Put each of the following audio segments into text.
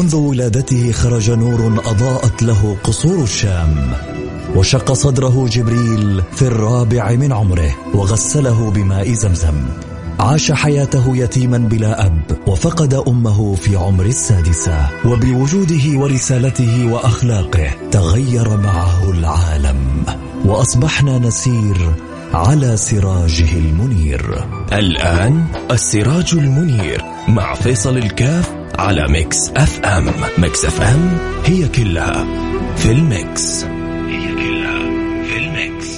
منذ ولادته خرج نور أضاءت له قصور الشام، وشق صدره جبريل في 4 من عمره وغسله بماء زمزم. عاش حياته يتيما بلا أب، وفقد أمه في عمر 6، وبوجوده ورسالته وأخلاقه تغير معه العالم، وأصبحنا نسير على سراجه المنير. الآن السراج المنير مع فيصل الكاف على ميكس اف ام. ميكس اف ام هي كلها في الميكس، هي كلها في الميكس.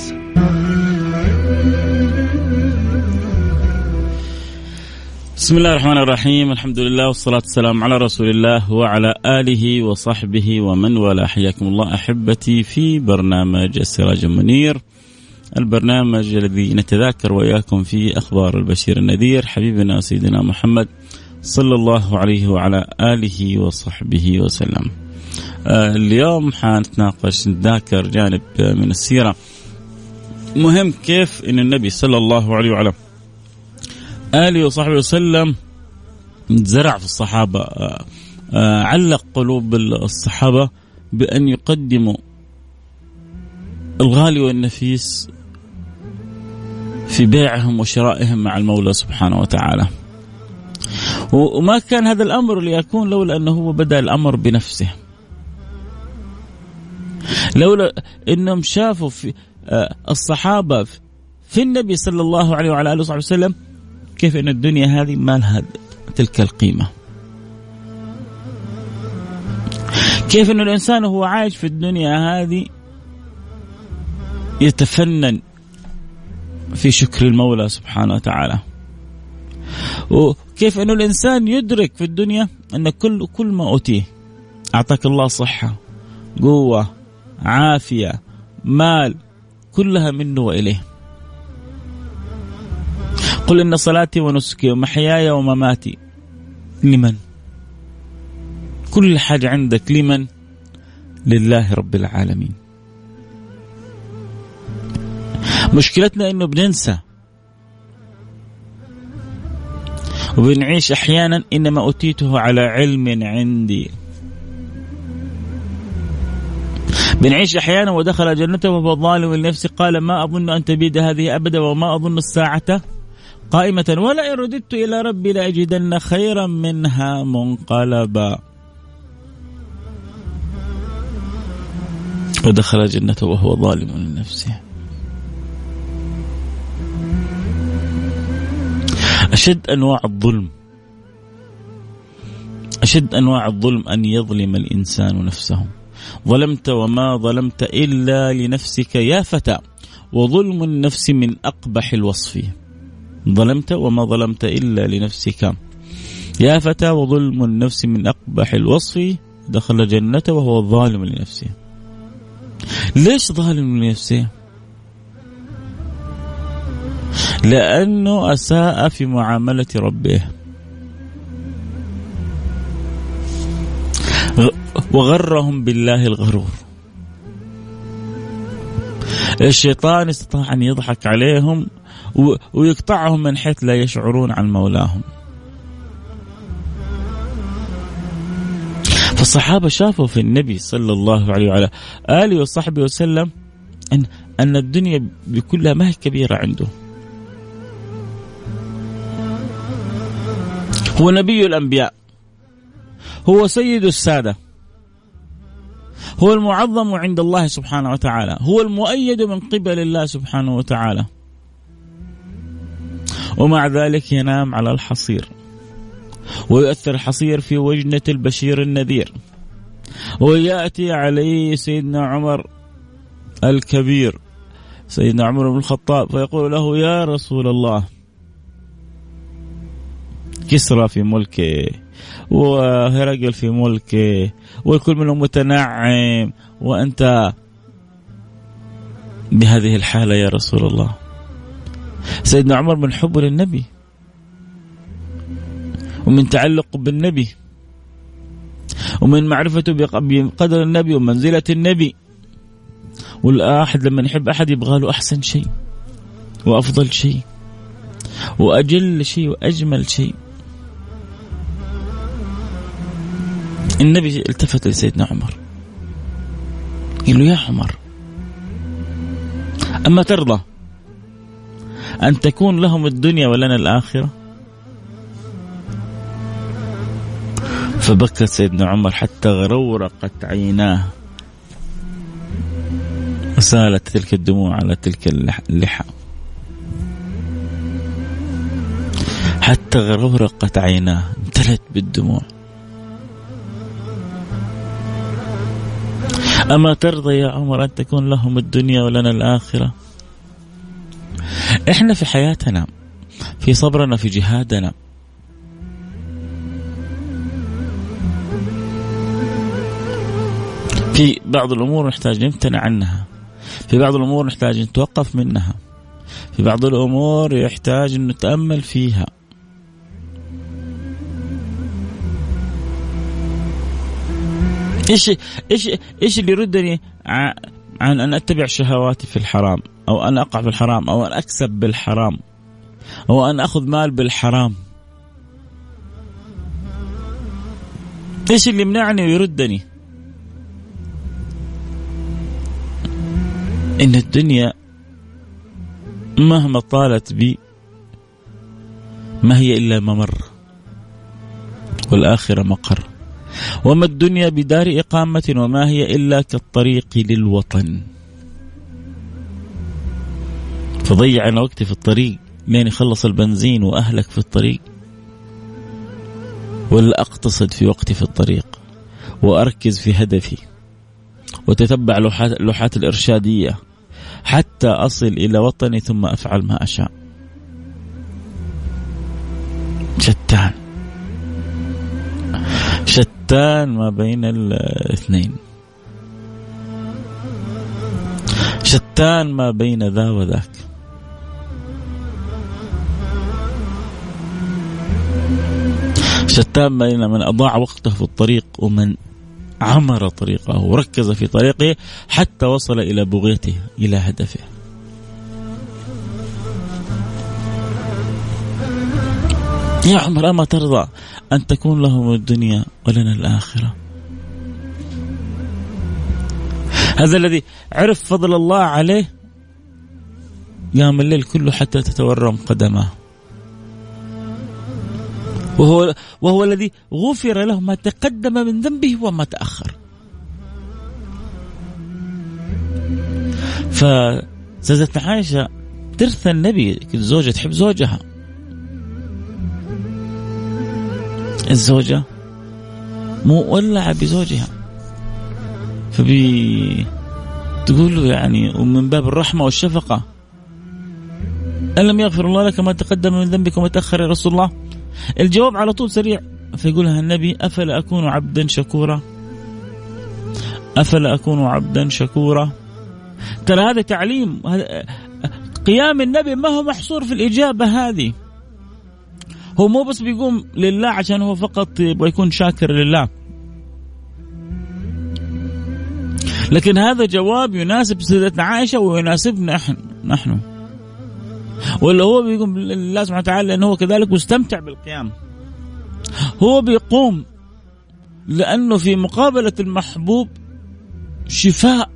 بسم الله الرحمن الرحيم، الحمد لله والصلاة والسلام على رسول الله وعلى آله وصحبه ومن والاه. حياكم الله أحبتي في برنامج السراج المنير، البرنامج الذي نتذاكر وإياكم فيه أخبار البشير النذير حبيبنا سيدنا محمد صلى الله عليه وعلى آله وصحبه وسلم. اليوم حنتناقش نتذاكر جانب من السيرة مهم، كيف إن النبي صلى الله عليه وعلى آله وصحبه وسلم زرع في الصحابة، علق قلوب الصحابة بأن يقدموا الغالي والنفيس في بيعهم وشرائهم مع المولى سبحانه وتعالى. وما كان هذا الأمر ليكون لولا أنه هو بدأ الأمر بنفسه، لولا أنهم شافوا في الصحابة في النبي صلى الله عليه وعلى آله وصحبه وسلم كيف أن الدنيا هذه ما لها تلك القيمة، كيف أن الإنسان وهو عايش في الدنيا هذه يتفنن في شكر المولى سبحانه وتعالى، وكيف أن الإنسان يدرك في الدنيا أن كل ما أوتيه أعطاك الله صحة، قوة، عافية، مال، كلها منه وإليه. قل إن صلاتي ونسكي ومحياي ومماتي لمن؟ كل حاجة عندك لمن؟ لله رب العالمين. مشكلتنا إنه بننسى وبنعيش أحيانا إنما أوتيته على علم عندي. بنعيش أحيانا ودخل جنته وهو ظالم لنفسه قال ما أظن أن تبيد هذه أبدا وما أظن الساعة قائمة ولئن رددت إلى ربي لأجدن خيرا منها منقلبا. ودخل جنته وهو ظالم لنفسه. أشد أنواع الظلم، أشد أنواع الظلم أن يظلم الإنسان نفسه. ظلمت وما ظلمت إلا لنفسك يا فتى، وظلم النفس من أقبح الوصف. ظلمت وما ظلمت إلا لنفسك يا فتى، وظلم النفس من أقبح الوصف. دخل جنته وهو ظالم لنفسه. ليش ظالم لنفسه؟ لأنه أساء في معاملة ربه، وغرهم بالله الغرور. الشيطان استطاع أن يضحك عليهم ويقطعهم من حيث لا يشعرون عن مولاهم. فالصحابة شافوا في النبي صلى الله عليه وعلى آله وصحبه وسلم أن الدنيا بكلها ما هي كبيرة عنده. هو نبي الأنبياء، هو سيد السادة، هو المعظم عند الله سبحانه وتعالى، هو المؤيد من قبل الله سبحانه وتعالى، ومع ذلك ينام على الحصير، ويؤثر الحصير في وجنة البشير النذير. ويأتي عليه سيدنا عمر الكبير، سيدنا عمر بن الخطاب، فيقول له يا رسول الله، كسرى في ملكه وهرقل في ملكه والكل منهم متنعم، وأنت بهذه الحالة يا رسول الله. سيدنا عمر من حبه للنبي ومن تعلق بالنبي ومن معرفته بقدر النبي ومنزلة النبي، والأحد لما يحب أحد يبغى له أحسن شيء وأفضل شيء وأجل شيء وأجمل شيء. النبي التفت لسيدنا عمر قال له: يا عمر، أما ترضى أن تكون لهم الدنيا ولنا الآخرة؟ فبكى سيدنا عمر حتى غرورقت عيناه وسالت تلك الدموع على تلك اللحى، حتى غرورقت عيناه امتلت بالدموع. أما ترضى يا عمر أن تكون لهم الدنيا ولنا الآخرة؟ إحنا في حياتنا، في صبرنا، في جهادنا، في بعض الأمور نحتاج نمتنع عنها، في بعض الأمور نحتاج نتوقف منها، في بعض الأمور يحتاج أن نتأمل فيها. إيش اللي يردني عن أن أتبع شهواتي في الحرام، أو أن أقع في الحرام، أو أن أكسب بالحرام، أو أن أخذ مال بالحرام؟ إيش اللي يمنعني ويردني؟ إن الدنيا مهما طالت بي ما هي إلا ممر، والآخرة مقر. وما الدنيا بدار إقامة وما هي إلا كالطريق للوطن. فضيع أنا وقتي في الطريق لين يخلص البنزين وأهلك في الطريق، ولا أقتصد في وقتي في الطريق وأركز في هدفي وتتبع لوحات الإرشادية حتى أصل إلى وطني ثم أفعل ما أشاء؟ شتان ما بين الاثنين، شتان ما بين ذا وذاك. شتان بين من أضاع وقته في الطريق ومن عمر طريقه وركز في طريقه حتى وصل إلى بغيته، إلى هدفه. يا عمر، أما ترضى أن تكون لهم الدنيا ولنا الآخرة؟ هذا الذي عرف فضل الله عليه قام الليل كله حتى تتورم قدمه، وهو الذي غفر له ما تقدم من ذنبه وما تأخر. فسيدتنا عائشة ترثى النبي، الزوجة تحب زوجها، الزوجة مولعة بزوجها، تقول له يعني ومن باب الرحمة والشفقة: ألم يغفر الله لك ما تقدم من ذنبك وما تأخر يا رسول الله؟ الجواب على طول سريع، فيقولها النبي: أفلا أكون عبدا شكورا، أفلا أكون عبدا شكورا. ترى هذا تعليم، قيام النبي ما هو محصور في الإجابة هذه. هو مو بس بيقوم لله عشان هو فقط يبغى يكون شاكر لله، لكن هذا جواب يناسب سيدتنا عائشة ويناسبنا نحن. ولا هو بيقوم لله سبحانه وتعالى لأنه هو كذلك مستمتع بالقيام. هو بيقوم لأنه في مقابلة المحبوب شفاء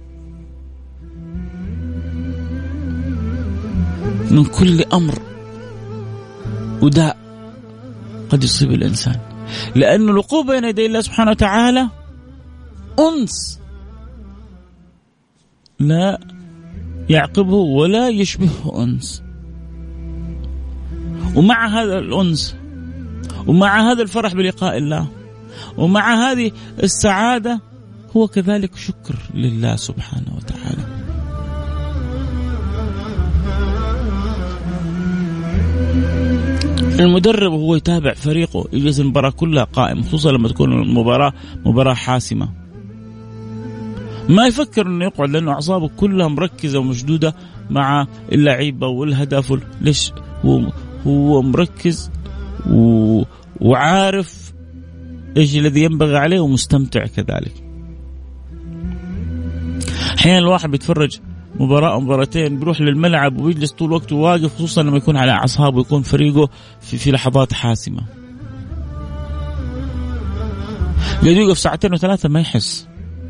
من كل أمر وداء قد يصيب الإنسان، لأن الوقوف بين يدي الله سبحانه وتعالى أنس لا يعقبه ولا يشبهه أنس. ومع هذا الأنس ومع هذا الفرح بلقاء الله ومع هذه السعادة هو كذلك شكر لله سبحانه وتعالى. المدرب وهو يتابع فريقه يجلس المباراة كلها قائم، خصوصا لما تكون المباراة مباراة حاسمة، ما يفكر انه يقعد لانه اعصابه كلها مركزة ومشدودة مع اللعيبة والهدف. ليش؟ هو مركز وعارف ايش الذي ينبغي عليه ومستمتع كذلك. احيانا الواحد بيتفرج مباراة أو مباراتين بيروح للملعب ويجلس طول وقته واقف، خصوصا لما يكون على أعصابه ويكون فريقه في لحظات حاسمة. قد يوقف 2 و3 ما يحس.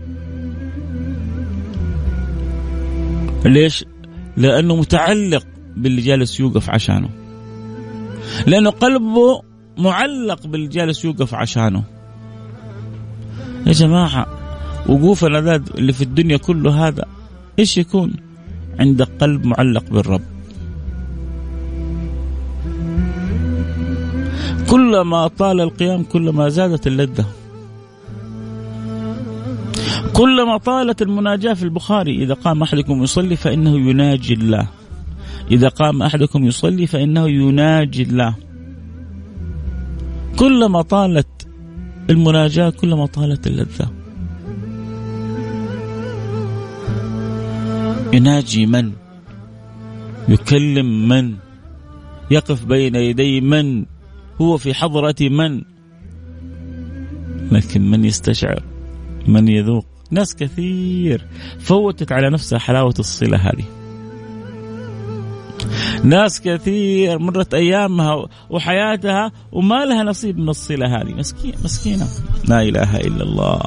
ليش؟ لأنه متعلق باللي جالس يوقف عشانه، لأنه قلبه معلق باللي جالس يوقف عشانه. يا جماعة وقوفنا ذا اللي في الدنيا كله هذا إيش يكون؟ عندك قلب معلق بالرب. كلما طال القيام كلما زادت اللذة، كلما طالت المناجاة. في البخاري إذا قام أحدكم يصلي فإنه يناجي الله، إذا قام أحدكم يصلي فإنه يناجي الله. كلما طالت المناجاة كلما طالت اللذة. يناجي من؟ يكلم من؟ يقف بين يدي من؟ هو في حضرة من؟ لكن من يستشعر؟ من يذوق؟ ناس كثير فوتت على نفسها حلاوة الصلة هذه. ناس كثير مرت أيامها وحياتها وما لها نصيب من الصلة هذه. مسكينة. لا إله إلا الله.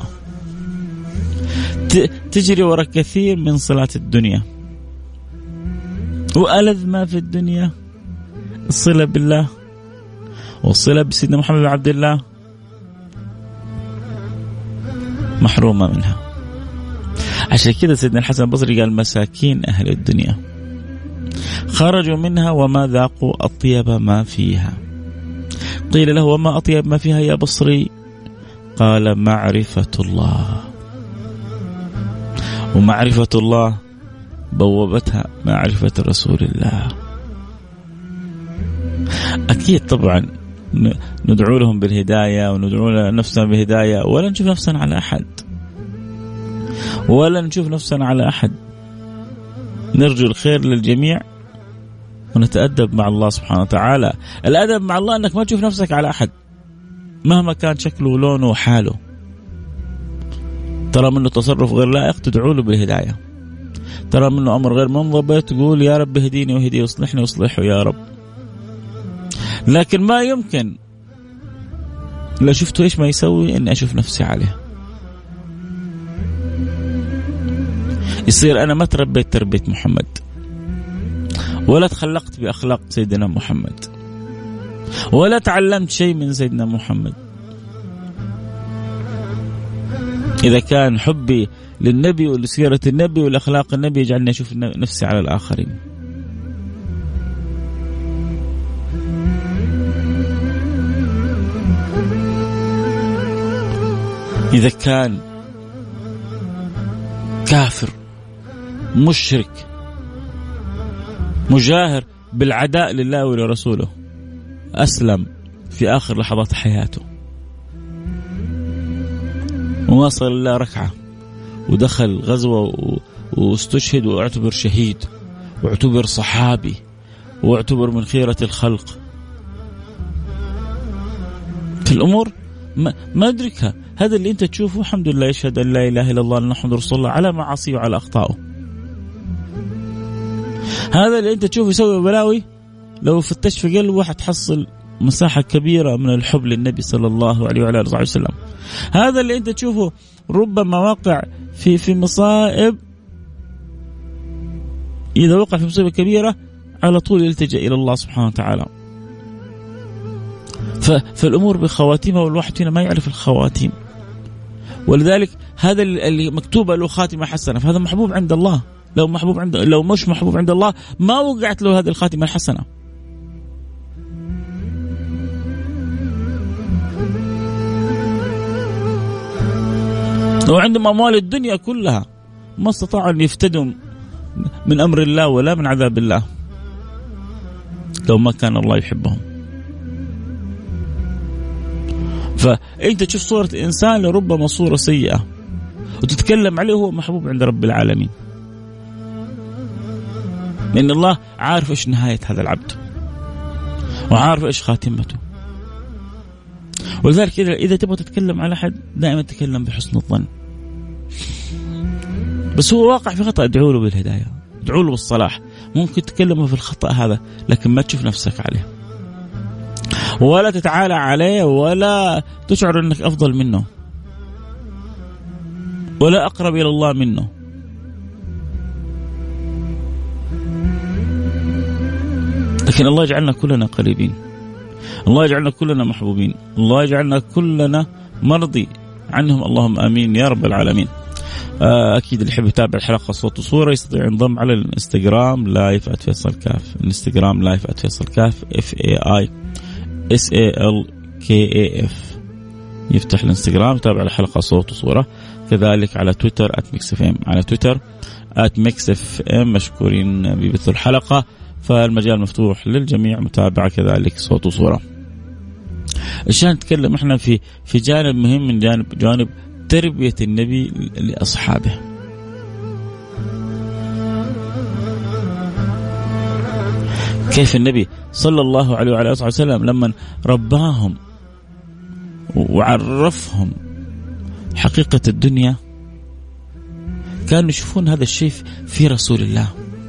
تجري وراء كثير من صلات الدنيا، وألذ ما في الدنيا الصلة بالله والصلة بسيدنا محمد بن عبد الله محرومة منها. عشان كده سيدنا الحسن البصري قال مساكين أهل الدنيا خرجوا منها وما ذاقوا أطيب ما فيها. قيل له وما أطيب ما فيها يا بصري؟ قال معرفة الله، ومعرفة الله بوابتها معرفة رسول الله. أكيد طبعا ندعو لهم بالهداية وندعو نفسنا بالهداية، ولا نشوف نفسنا على أحد، ولا نشوف نفسنا على أحد. نرجو الخير للجميع ونتأدب مع الله سبحانه وتعالى. الأدب مع الله أنك ما تشوف نفسك على أحد مهما كان شكله ولونه وحاله. ترى منه تصرف غير لائق تدعو له بالهداية، ترى منه أمر غير منضبط تقول يا رب اهديني واهدي واصلحني واصلحه يا رب. لكن ما يمكن لو شفته إيش ما يسوي إني أشوف نفسي عليه. يصير أنا ما تربيت تربية محمد، ولا تخلقت بأخلاق سيدنا محمد، ولا تعلمت شيء من سيدنا محمد. إذا كان حبي للنبي ولسيرة النبي والأخلاق النبي يجعلني أشوف نفسي على الآخرين. إذا كان كافر مشرك مجاهر بالعداء لله ولرسوله أسلم في آخر لحظات حياته وواصل الله ركعة ودخل غزوة واستشهد واعتبر شهيد واعتبر صحابي واعتبر من خيرة الخلق، في الأمور ما أدركها. هذا اللي أنت تشوفه الحمد لله يشهد أن لا إله إلا الله أن محمد رسول الله على معاصيه وعلى أخطائه. هذا اللي أنت تشوفه يسوي بلاوي لو فتشت في قلبه حتحصل مساحة كبيرة من الحب للنبي صلى الله عليه وعلى آله وسلم. هذا اللي أنت تشوفه ربما واقع في مصائب، إذا وقع في مصيبة كبيرة على طول يلتجأ إلى الله سبحانه وتعالى. فالأمور بخواتيمها والواحد فينا ما يعرف الخواتيم، ولذلك هذا اللي مكتوبة له خاتمة حسنة فهذا محبوب عند الله. لو مش محبوب عند الله ما وقعت له هذه الخاتمة الحسنة. وعندهم أموال الدنيا كلها ما استطاعوا أن يفتدوا من أمر الله ولا من عذاب الله لو ما كان الله يحبهم. فأنت تشوف صورة إنسان لربما صورة سيئة وتتكلم عليه هو محبوب عند رب العالمين، لأن الله عارف إيش نهاية هذا العبد وعارف إيش خاتمته. ولذلك إذا تبغى تتكلم على أحد دائما تتكلم بحسن الظن، بس هو واقع في خطأ ادعوا له بالهداية، ادعوا له بالصلاح. ممكن تتكلمه في الخطأ هذا لكن ما تشوف نفسك عليه ولا تتعالى عليه ولا تشعر أنك أفضل منه. ولا أقرب إلى الله منه. لكن الله يجعلنا كلنا قريبين، الله يجعلنا كلنا محبوبين، الله يجعلنا كلنا مرضي عنهم، اللهم آمين يا رب العالمين. أكيد اللي يحب يتابع الحلقة صوت وصورة يستطيع ينضم على الانستغرام لايف @فيصل كاف، الانستغرام لايف @فيصل كاف FAISALKAF، يفتح الانستغرام يتابع الحلقة صوت وصورة. كذلك على تويتر @mixfm، على تويتر @mixfm، مشكورين ببث الحلقة، فالمجال مفتوح للجميع متابعة كذلك صوت وصورة. عشان نتكلم احنا في جانب مهم من جانب تربية النبي لأصحابه. كيف النبي صلى الله عليه وعلى آله وسلم لما رباهم وعرفهم حقيقة الدنيا كانوا يشوفون هذا الشيء في رسول الله.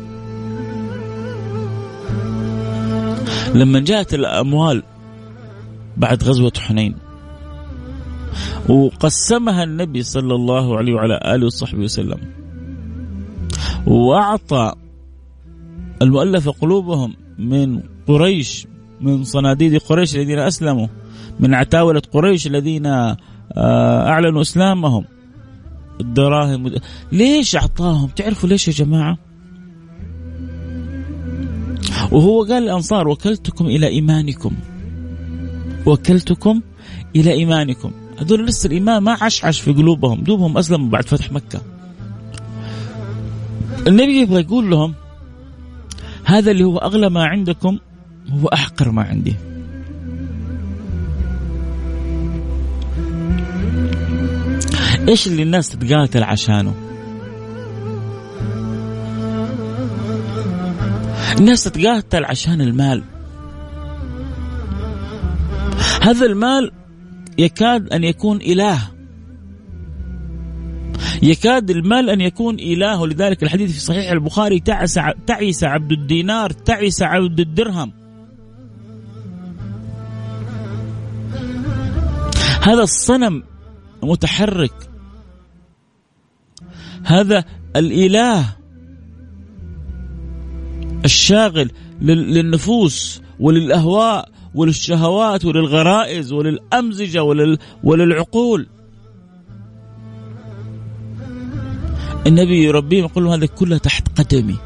لما جاءت الأموال بعد غزوة حنين وقسمها النبي صلى الله عليه وعلى آله وصحبه وسلم وأعطى المؤلف قلوبهم من قريش، من صناديد قريش الذين أسلموا، من عتاولة قريش الذين أعلنوا إسلامهم، الدراهم. ليش أعطاهم؟ تعرفوا ليش يا جماعة؟ وهو قال الأنصار وكلتكم إلى إيمانكم، وكلتكم إلى إيمانكم. هذول لسه الإيمان ما عشعش في قلوبهم، دوبهم أسلموا بعد فتح مكة. النبي يبغى يقول لهم هذا اللي هو أغلى ما عندكم هو أحقر ما عندي. إيش اللي الناس تتقاتل عشانه؟ الناس تتقاتل عشان المال. هذا المال يكاد أن يكون إله، يكاد المال أن يكون إله. ولذلك الحديث في صحيح البخاري تعيس عبد الدينار، تعيس عبد الدرهم. هذا الصنم متحرك، هذا الإله الشاغل للنفوس وللأهواء وللشهوات وللغرائز وللأمزجة وللعقول. النبي يربيه يقول له هذا كله تحت قدمي،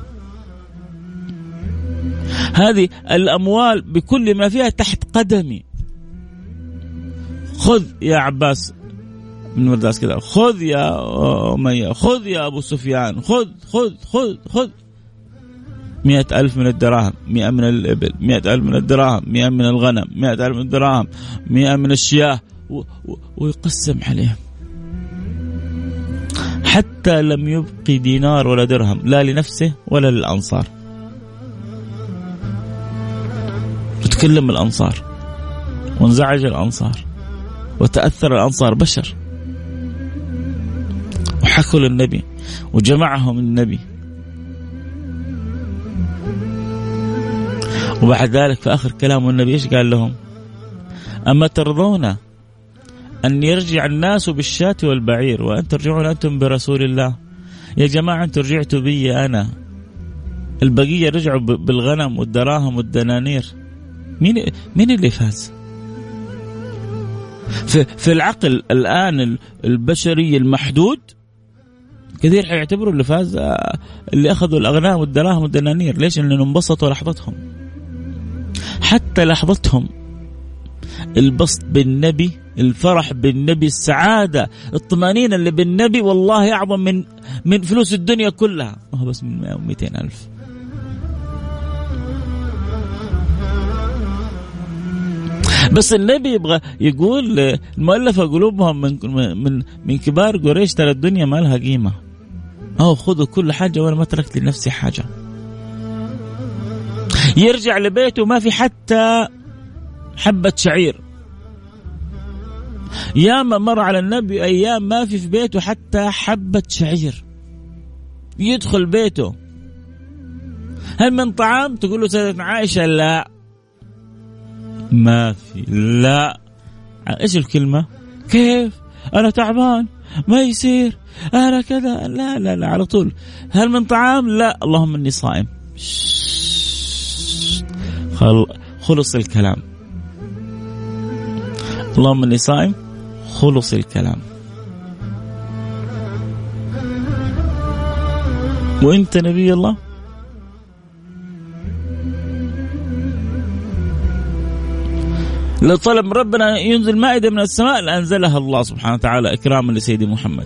هذه الأموال بكل ما فيها تحت قدمي. خذ يا عباس من مرداس كذا، خذ يا أمية، خذ يا أبو سفيان، خذ خذ خذ خذ 100,000 من الدراهم، 100 من الإبل، 100,000 من الدراهم، 100 من الغنم، 100,000 من الدراهم، 100 من الشياه، ويقسم عليهم حتى لم يبقي دينار ولا درهم، لا لنفسه ولا للأنصار. تتكلم الأنصار وانزعج الأنصار وتأثر الأنصار، بشر، وحكوا للنبي وجمعهم النبي. وبعد ذلك في آخر كلام النبي إيش قال لهم؟ أما ترضون أن يرجع الناس بالشاة والبعير وأن ترجعون أنتم برسول الله؟ يا جماعة أنتم رجعتوا بي أنا، البقية رجعوا بالغنم والدراهم والدنانير. مين اللي فاز؟ في العقل الآن البشري المحدود كثير حيعتبروا اللي فاز اللي أخذوا الأغنام والدراهم والدنانير. ليش؟ لأنهم انبسطوا لحظتهم، حتى لحظتهم البسط بالنبي، الفرح بالنبي، السعادة، الطمأنينة اللي بالنبي والله أعظم من فلوس الدنيا كلها. ما هو بس من 100 و200 ألف. بس النبي يبغى يقول المؤلفة قلوبهم من كبار قريش ترى الدنيا ما لها قيمة، أو خذوا كل حاجة وأنا ما تركت لنفسي حاجة. يرجع لبيته ما في حتى حبة شعير. ياما مر على النبي أيام ما في بيته حتى حبة شعير. يدخل بيته هل من طعام؟ تقول له سيدة عائشة لا ما في. لا، إيش الكلمة؟ كيف أنا تعبان ما يصير أنا كذا، لا لا لا، على طول هل من طعام؟ لا، اللهم إني صائم. خلص الكلام، اللهم إني صائم، خلص الكلام. وإنت نبي الله لو طلب من ربنا ينزل مائدة من السماء لأنزلها الله سبحانه وتعالى إكراما لسيد محمد،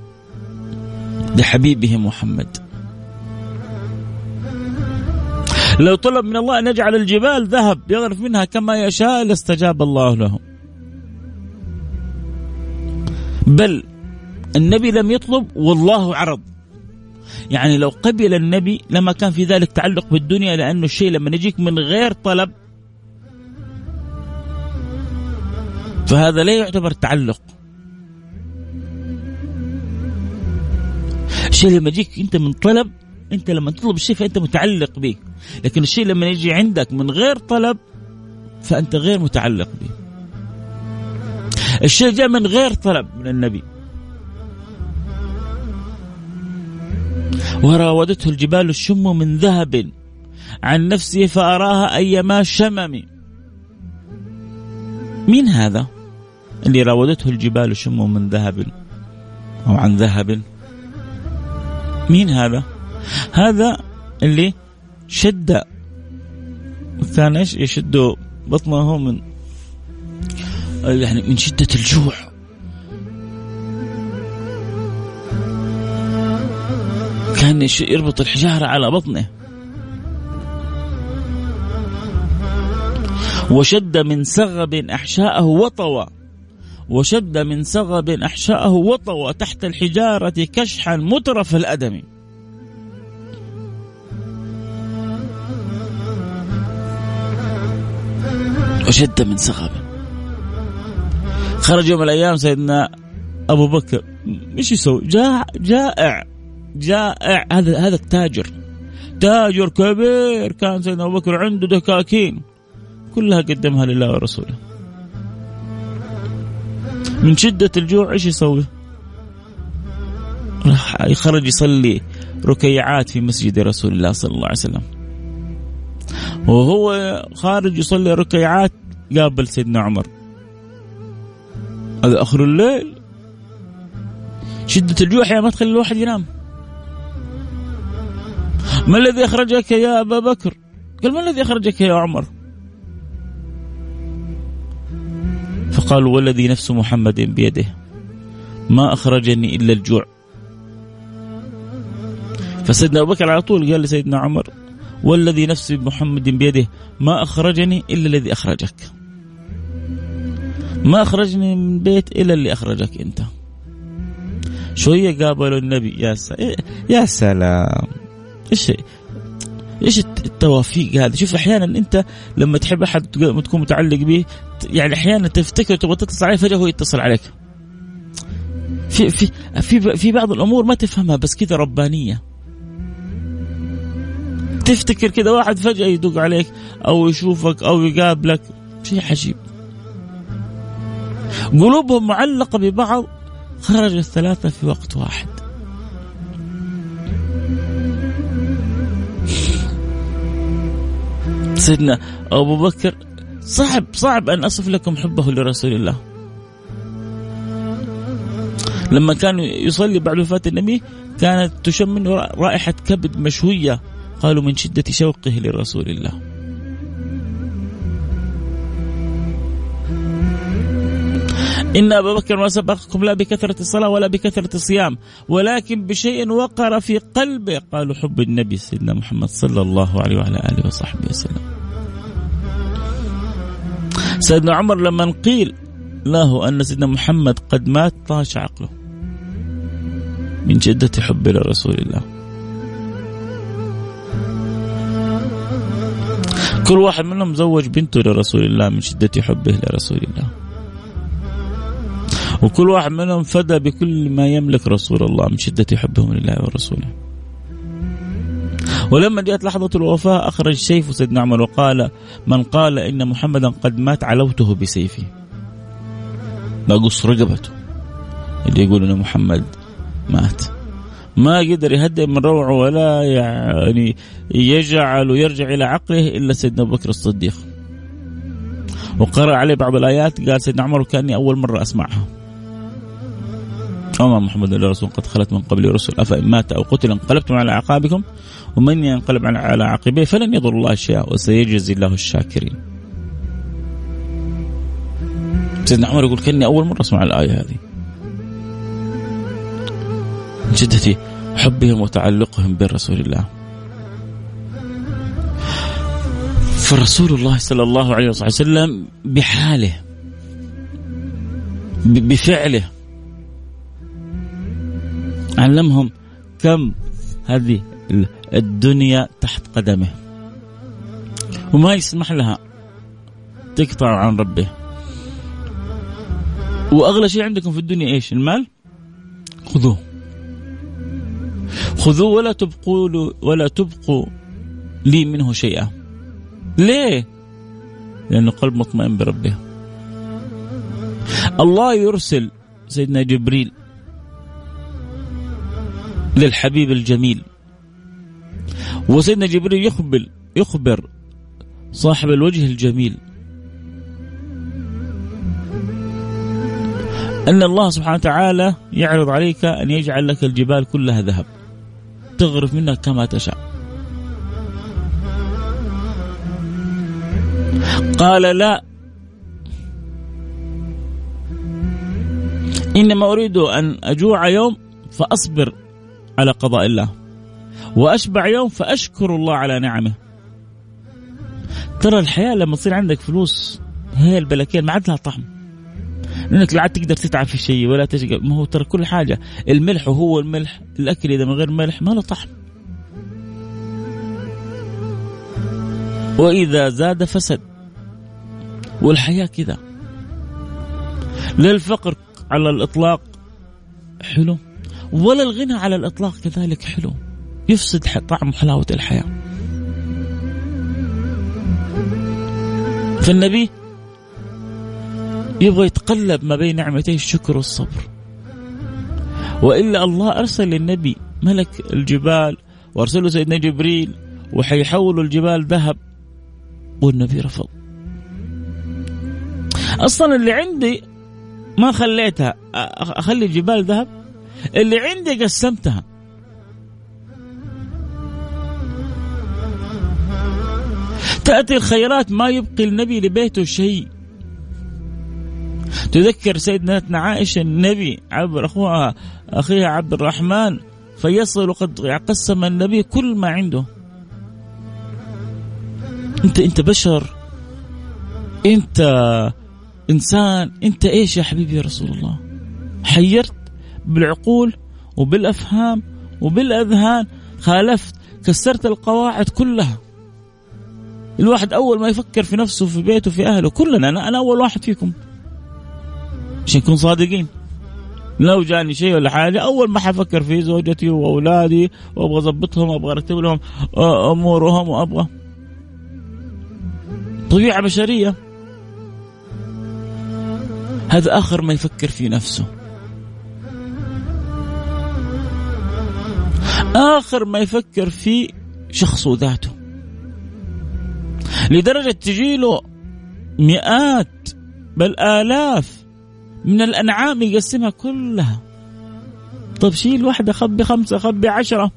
لحبيبه محمد. لو طلب من الله أن يجعل الجبال ذهب يغرف منها كما يشاء لاستجاب الله له. بل النبي لم يطلب والله عرض، يعني لو قبل النبي لما كان في ذلك تعلق بالدنيا، لأنه الشيء لما يجيك من غير طلب فهذا لا يعتبر تعلق. الشيء لما يجيك أنت من طلب، أنت لما تطلب الشيء فأنت متعلق به، لكن الشيء لما يجي عندك من غير طلب فأنت غير متعلق به. الشيء جاء من غير طلب من النبي، وراودته الجبال الشم من ذهب عن نفسه فأراها أيما شمم. مين هذا اللي راودته الجبال الشم من ذهب أو عن ذهب؟ مين هذا؟ هذا اللي شد، كان ايش يشد بطنه من يعني من شدة الجوع. كان يربط الحجارة على بطنه. وشد من سغب أحشاءه وطوى، وشد من سغب أحشاءه وطوى تحت الحجارة كشحا مترف الأدم. وشد من سغب. خرج يوم من الأيام سيدنا أبو بكر، مش يسوي؟ جائع. هذا التاجر، تاجر كبير كان سيدنا أبو بكر، عنده دكاكين كلها قدمها لله ورسوله. من شدة الجوع ايش يسوي؟ راح يخرج يصلي ركيعات في مسجد رسول الله صلى الله عليه وسلم. وهو خارج يصلي ركيعات قابل سيدنا عمر، هذا آخر الليل، شدة الجوع يا ما تخلي الواحد ينام. ما الذي أخرجك يا أبا بكر؟ قال ما الذي أخرجك يا عمر؟ فقالوا والذي نفس محمد بيده ما أخرجني إلا الجوع. فسيدنا أبو بكر على طول قال لسيدنا عمر والذي نفس محمد بيده ما أخرجني إلا الذي أخرجك، ما أخرجني من بيت إلا اللي أخرجك أنت. شوية قابلوا النبي، يا سلام، إيش التوافيق هذا. شوف أحيانا أنت لما تحب أحد تكون متعلق به، يعني أحيانا تفتكر تبغى تتصل عليه فجأة هو يتصل عليك. في بعض الأمور ما تفهمها بس كذا ربانية. تفتكر كذا واحد فجأة يدق عليك أو يشوفك أو يقابلك، شيء عجيب. قلوبهم معلقة ببعض، خرج الثلاثة في وقت واحد. سيدنا أبو بكر صعب أن أصف لكم حبه لرسول الله. لما كان يصلي بعد وفاة النبي كانت تشم منه رائحة كبد مشوية، قالوا من شدة شوقه لرسول الله. إن أبا بكر ما سبقكم لا بكثرة الصلاة ولا بكثرة الصيام ولكن بشيء وقر في قلبه، قالوا حب النبي سيدنا محمد صلى الله عليه وعلى آله وصحبه وسلم. سيدنا عمر لما قيل له أن سيدنا محمد قد مات طاش عقله من شدة حب لرسول الله. كل واحد منهم زوج بنته لرسول الله من شدة حبه لرسول الله، وكل واحد منهم فدى بكل ما يملك رسول الله من شدة حبهم لله ورسوله. ولما جاءت لحظة الوفاة أخرج سيف سيدنا عمر وقال من قال إن محمدا قد مات علوته بسيفي، بقص رقبته اللي يقول أن محمد مات، ما قدر يهدئ من روعه ولا يعني يجعل ويرجع إلى عقله إلا سيدنا أبو بكر الصديق. وقرأ عليه بعض الآيات قال سيدنا عمر كأني أول مرة أسمعها: وما محمد إلا رسول قد خلت من قبل رسل أفإن مات أو قتل انقلبتم على أعقابكم ومن ينقلب على عقبيه فلن يضر الله شيئا وسيجزي الله الشاكرين. سيدنا عمر يقول كأني أول مرة أسمع الآية هذه. من شدة حبهم وتعلقهم برسول الله. فرسول الله صلى الله عليه وسلم بحاله بفعله علمهم كم هذه الدنيا تحت قدمه، وما يسمح لها تقطع عن ربه. وأغلى شيء عندكم في الدنيا إيش؟ المال. خذوه خذوه ولا تبقوا لي منه شيئا. ليه؟ لأنه قلب مطمئن بربه. الله يرسل سيدنا جبريل للحبيب الجميل، وسيدنا جبريل يخبر صاحب الوجه الجميل أن الله سبحانه وتعالى يعرض عليك أن يجعل لك الجبال كلها ذهب تغرف منها كما تشاء. قال لا، إنما أريد أن أجوع يوم فأصبر على قضاء الله، وأشبع يوم فأشكر الله على نعمه. ترى الحياة لما تصير عندك فلوس هي البلكين ما عاد لها طعم، لأنك لا عاد تقدر تتعب في شيء ولا تشقى. ما هو ترى كل حاجة الملح وهو الملح، الأكل إذا من غير ملح ما له طعم، وإذا زاد فسد. والحياة كذا. لا الفقر على الإطلاق حلو، ولا الغنى على الإطلاق كذلك حلو، يفسد طعم حلاوة الحياة. فالنبي يبغى يتقلب ما بين نعمتي الشكر والصبر، وإلا الله أرسل للنبي ملك الجبال وأرسله سيدنا جبريل وحيحولوا الجبال ذهب، والنبي رفض. أصلا اللي عندي ما خليتها أخلي الجبال ذهب، اللي عندي قسمتها. تأتي الخيرات ما يبقي النبي لبيته شيء. تذكر سيدنا عائشة النبي عبر أخيها عبد الرحمن فيصل وقد قسم النبي كل ما عنده. أنت بشر، أنت إنسان، أنت إيش يا حبيبي يا رسول الله؟ حيرت بالعقول وبالأفهام وبالأذهان، خالفت، كسرت القواعد كلها. الواحد أول ما يفكر في نفسه في بيته في أهله، كلنا أنا أول واحد فيكم عشان نكون صادقين. لو جاني شيء ولا حاجة أول ما حفكر في زوجتي وأولادي وأبغى أضبطهم وأبغى أرتب لهم أمورهم وأبغى، طبيعة بشرية. هذا آخر ما يفكر في نفسه، آخر ما يفكر في شخصه ذاته، لدرجة تجيله مئات بل آلاف من الأنعام يقسمها كلها. طب شيل واحدة، خبي 5، خبي 10.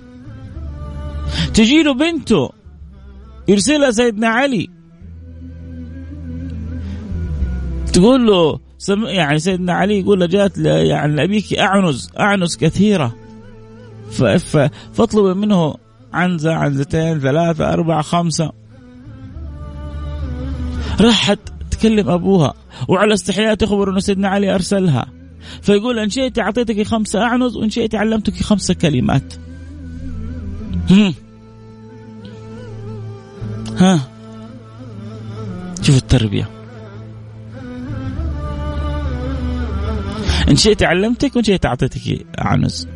تجيله بنته يرسلها سيدنا علي تقول له يعني سيدنا علي يقول له جاءت يعني أبيك أعنز كثيرة، فاطلب منه عنزة، عنزتين، 3، 4، 5. راحت تكلم أبوها وعلى استحياء تخبر أن سيدنا علي أرسلها، فيقول إن شئت أعطيتك 5 أعنز وإن شئت علمتك 5 كلمات. ها شوف التربية. إن شئت علمتك وإن شئت أعطيتك أعنز.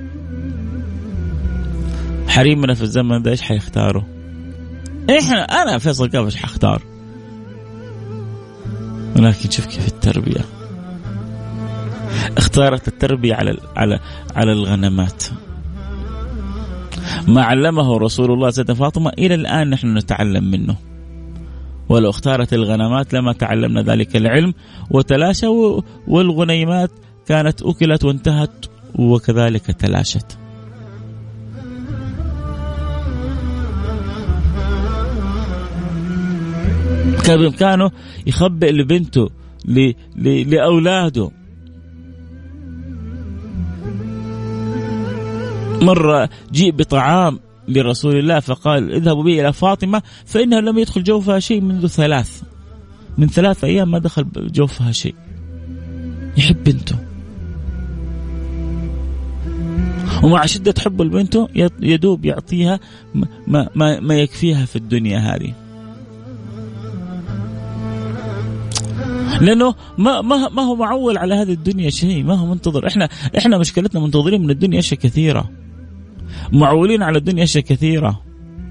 حريمنا في الزمن ده إيش حيختاروا؟ أنا فيصل كافش حختار، ولكن شوف كيف التربية. اختارت التربية على الغنمات. ما علمه رسول الله سيدة فاطمة إلى الآن نحن نتعلم منه، ولو اختارت الغنمات لما تعلمنا ذلك العلم وتلاشى، والغنيمات كانت أكلت وانتهت وكذلك تلاشت. كان بإمكانه يخبئ لبنته لأولاده. مرة جيء بطعام لرسول الله فقال اذهبوا بي إلى فاطمة فإنه لم يدخل جوفها شيء منذ 3 أيام ما دخل جوفها شيء. يحب بنته، ومع شدة حب لبنته يدوب يعطيها ما يكفيها في الدنيا هذه، لأنه ما هو معول على هذه الدنيا شيء، ما هو منتظر. إحنا مشكلتنا منتظرين من الدنيا أشياء كثيرة، معولين على الدنيا أشياء كثيرة.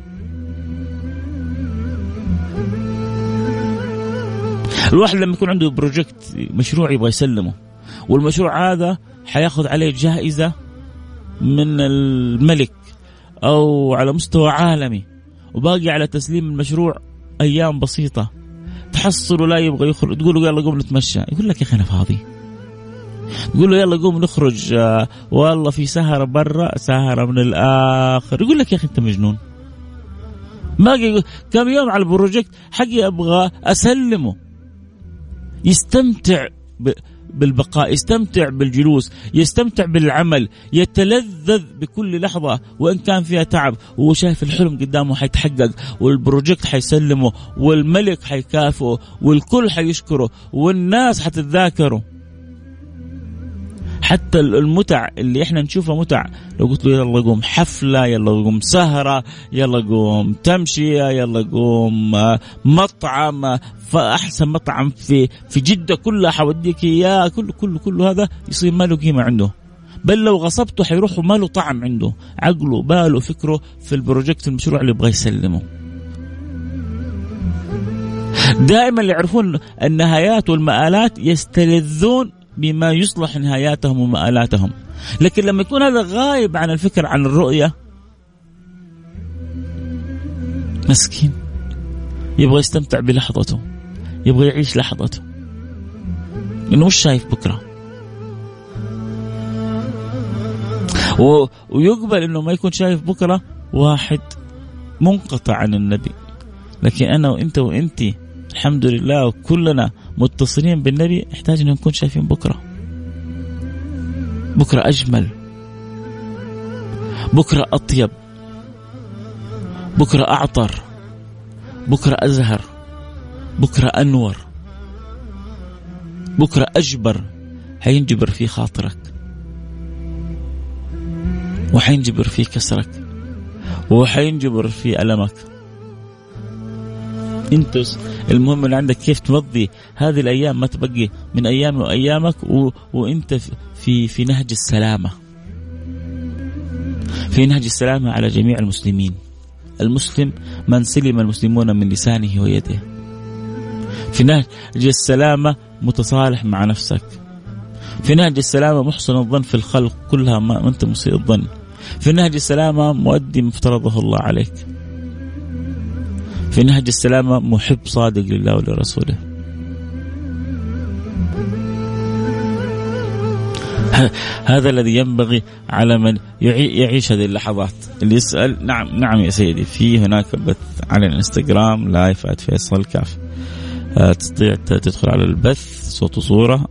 الواحد لما يكون عنده بروجكت مشروع يبغى يسلمه، والمشروع هذا حياخذ عليه جائزة من الملك أو على مستوى عالمي، وباقي على تسليم المشروع أيام بسيطة، تحصله لا يبغى يخرج، تقول له يلا قوم نتمشى، يقول لك يا أخي أنا فاضي. تقول له يلا قوم نخرج، والله في سهرة برا، سهرة من الآخر، يقول لك يا أخي أنت مجنون. باقي كم يوم على البروجكت حقي أبغى أسلمه. يستمتع بالبقاء، يستمتع بالجلوس، يستمتع بالعمل، يتلذذ بكل لحظة وإن كان فيها تعب، وهو شايف الحلم قدامه حيتحقق، والبروجكت حيسلمه، والملك حيكافئه، والكل حيشكره، والناس حتتذاكره. حتى المتع اللي احنا نشوفها متع، لو قلت له يلا قوم حفلة، يلا قوم سهرة، يلا قوم تمشية، يلا قوم مطعم، فأحسن مطعم في جدة كلها حوديك إياه، كل هذا يصير ما له قيمة عنده، بل لو غصبته حيروح وما له طعم عنده، عقله باله فكره في البروجكت المشروع اللي يبغى يسلمه. دائما اللي يعرفون النهايات والمآلات يستلذون بما يصلح نهاياتهم ومآلاتهم، لكن لما يكون هذا غايب عن الفكر عن الرؤية، مسكين يبغى يستمتع بلحظته، يبغى يعيش لحظته، إنه مش شايف بكرة، ويقبل إنه ما يكون شايف بكرة واحد منقطع عن النبي. لكن أنا وإنت وإنتي الحمد لله وكلنا متصلين بالنبي، يحتاج أن نكون شايفين بكرة أجمل، بكرة أطيب، بكرة أعطر، بكرة أزهر، بكرة أنور، بكرة أجبر، حينجبر في خاطرك، وحينجبر في كسرك، وحينجبر في ألمك. انت المهم اللي عندك كيف تمضي هذه الأيام، ما تبقي من أيامي وأيامك وانت في نهج السلامة، في نهج السلامة على جميع المسلمين. المسلم من سلم المسلمون من لسانه ويده. في نهج السلامة متصالح مع نفسك. في نهج السلامة محسن الظن في الخلق كلها ما أنت مسيء الظن. في نهج السلامة مؤدي مفترضه الله عليك. في نهج السلامة محب صادق لله ولرسوله. هذا الذي ينبغي على من يعيش هذه اللحظات. اللي يسأل نعم يا سيدي، في هناك بث على الانستغرام لايف @فيصل كاف، تستطيع تدخل على البث صوت وصورة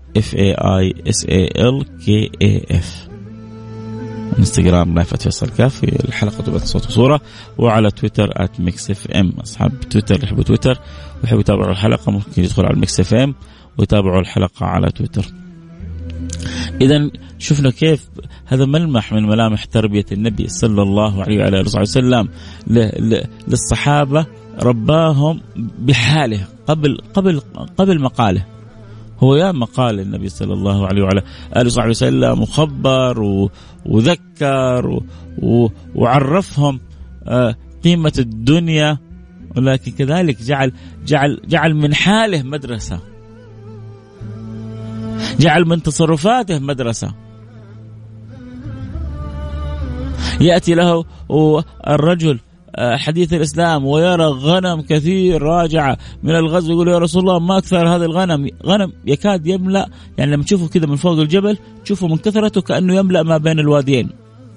FAISALKAF، انستغرام لايف @فيصل كاف، الحلقة تبث صوت وصورة، وعلى تويتر @mixfm. أصحاب تويتر يحبوا تويتر ويحبوا يتابعوا الحلقة ممكن يدخل على mixfm ويتابعوا الحلقة على تويتر. إذن شفنا كيف هذا ملمح من ملامح تربية النبي صلى الله عليه وعلى آله وسلم للصحابة، رباهم بحاله قبل مقاله. هو يا مقال النبي صلى الله عليه وعلى آله وسلم، وخبر وذكر وعرفهم قيمة الدنيا، ولكن كذلك جعل من حاله مدرسة. جعل من تصرفاته مدرسة. يأتي له الرجل حديث الإسلام ويرى غنم كثير راجعة من الغزو، يقول يا رسول الله ما أكثر هذا الغنم، غنم يكاد يملأ، يعني لما تشوفه كذا من فوق الجبل تشوفه من كثرته كأنه يملأ ما بين الواديين.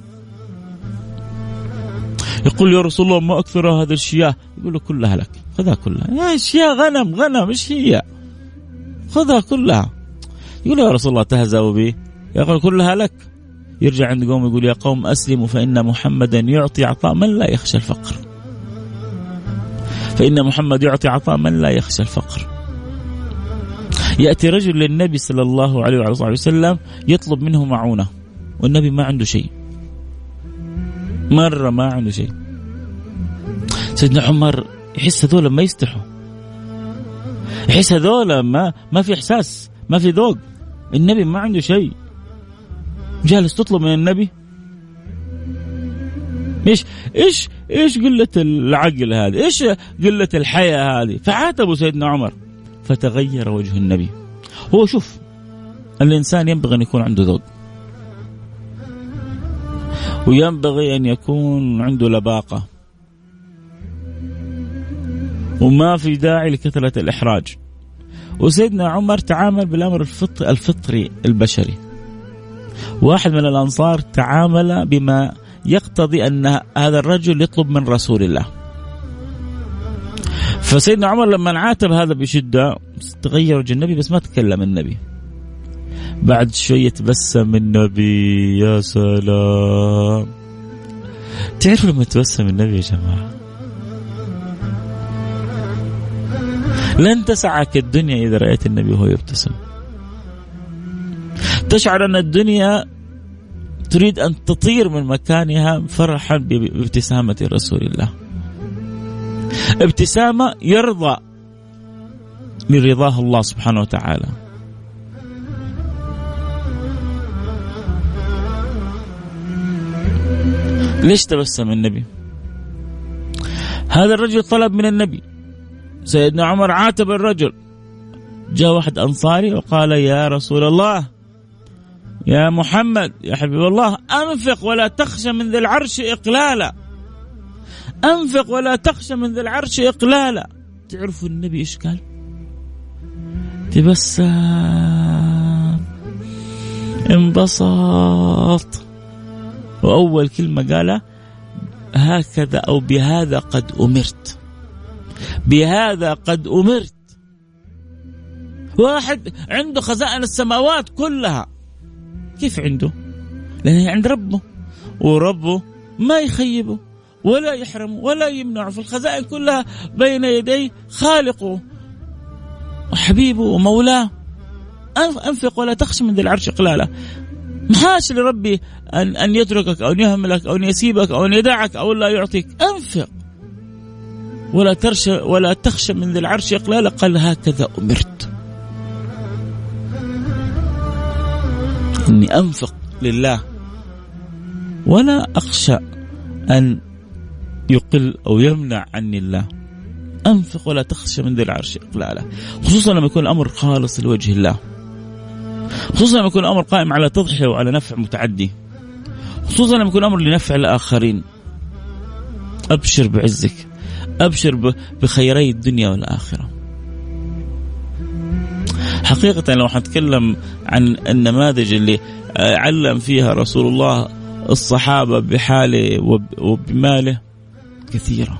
يقول يا رسول الله ما أكثر هذا الشياه، يقول له كلها لك، خذها كلها. يا الشياه غنم إيش هي، خذها كلها. يقول يا رسول الله تهزأوا بي، يقول كلها لك. يرجع عند قوم يقول يا قوم أسلموا فإن محمدا يعطي عطاء من لا يخشى الفقر، فإن محمد يعطي عطاء من لا يخشى الفقر. يأتي رجل للنبي صلى الله عليه وعلى وسلم يطلب منه معونة، والنبي ما عنده شيء، مرة ما عنده شيء. سيدنا عمر يحس هذول ما يستحوا، يحس هذول ما في إحساس، ما في ذوق. النبي ما عنده شيء، جالس تطلب من النبي. ايش قلة العقل هذه، ايش قلة الحياة هذه. فعاتبوا سيدنا عمر، فتغير وجه النبي. هو شوف، الإنسان ينبغي أن يكون عنده ذوق، وينبغي أن يكون عنده لباقة، وما في داعي لكثرة الإحراج. وسيدنا عمر تعامل بالأمر الفطري البشري. واحد من الأنصار تعامل بما يقتضي أن هذا الرجل يطلب من رسول الله. فسيدنا عمر لما عاتب هذا بشدة تغير وجه النبي، بس ما تكلم النبي. بعد شوية تبسم النبي، يا سلام. تعرفوا لما تبسم النبي يا جماعة لن تسعك الدنيا إذا رأيت النبي وهو يبتسم. تشعر أن الدنيا تريد أن تطير من مكانها فرحا بابتسامة رسول الله. ابتسامة يرضى لرضاه الله سبحانه وتعالى. ليش تبسم النبي؟ هذا الرجل طلب من النبي. سيدنا عمر عاتب الرجل. جاء واحد أنصاري وقال يا رسول الله، يا محمد، يا حبيب الله، أنفق ولا تخشى من ذي العرش إقلالا، أنفق ولا تخشى من ذي العرش إقلالا. تعرفوا النبي إيش قال؟ تبسم، انبسط، وأول كلمة قالها هكذا أو بهذا قد أمرت، بهذا قد أمرت. واحد عنده خزائن السماوات كلها، كيف عنده؟ لأنه عند ربه، وربه ما يخيبه ولا يحرمه ولا يمنعه، في الخزائن كلها بين يدي خالقه وحبيبه ومولاه. أنفق ولا تخشى من ذي العرش إقلالا. محاش لربي أن يتركك أو يهملك أو يسيبك أو يدعك أو لا يعطيك. أنفق ولا تخشى من ذي العرش إقلالا. قال هكذا أمرت، إني أنفق لله ولا أخشى أن يقل أو يمنع عني الله. أنفق ولا تخشى من ذي العرش إقلالا. خصوصا لما يكون الأمر خالص لوجه الله، خصوصا لما يكون الأمر قائم على تضحية وعلى نفع متعدي، خصوصا لما يكون الأمر لنفع الآخرين. أبشر بعزك، أبشر بخيري الدنيا والآخرة. حقيقة لو حنتكلم عن النماذج اللي علم فيها رسول الله الصحابة بحاله وبماله كثيرة.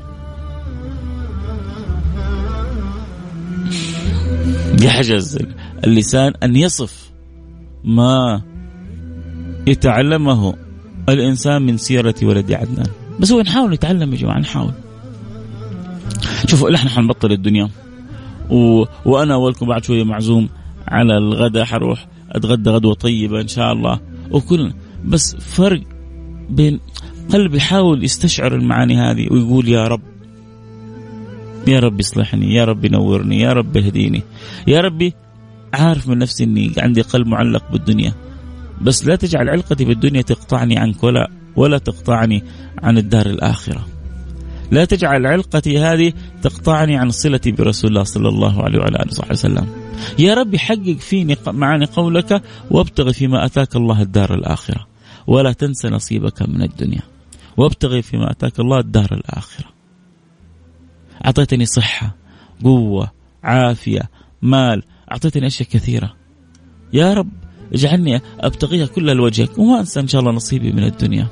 يحجز اللسان أن يصف ما يتعلمه الإنسان من سيرة ولد عدنان، بس هو نحاول نتعلم يا جماعة، نحاول. شوفوا إحنا حنبطل الدنيا، وأنا أولكم بعد شوية معزوم على الغداء، حروح أتغدى غدوة طيبة إن شاء الله، وكل بس فرق بين قلب يحاول يستشعر المعاني هذه ويقول يا رب، يا رب يصلحني، يا رب ينورني، يا رب يهديني، يا ربي عارف من نفسي إني عندي قلب معلق بالدنيا، بس لا تجعل علقتي بالدنيا تقطعني عنك ولا تقطعني عن الدار الآخرة. لا تجعل علقتي هذه تقطعني عن صلتي برسول الله صلى الله عليه وعلى آله وصحبه وسلم. يا رب حقق فيني معاني قولك وابتغي فيما أتاك الله الدار الآخرة ولا تنسى نصيبك من الدنيا. وابتغي فيما أتاك الله الدار الآخرة. أعطيتني صحة، قوة، عافية، مال، أعطيتني أشياء كثيرة. يا رب اجعلني أبتغيها كلها لوجهك وما أنسى إن شاء الله نصيبي من الدنيا.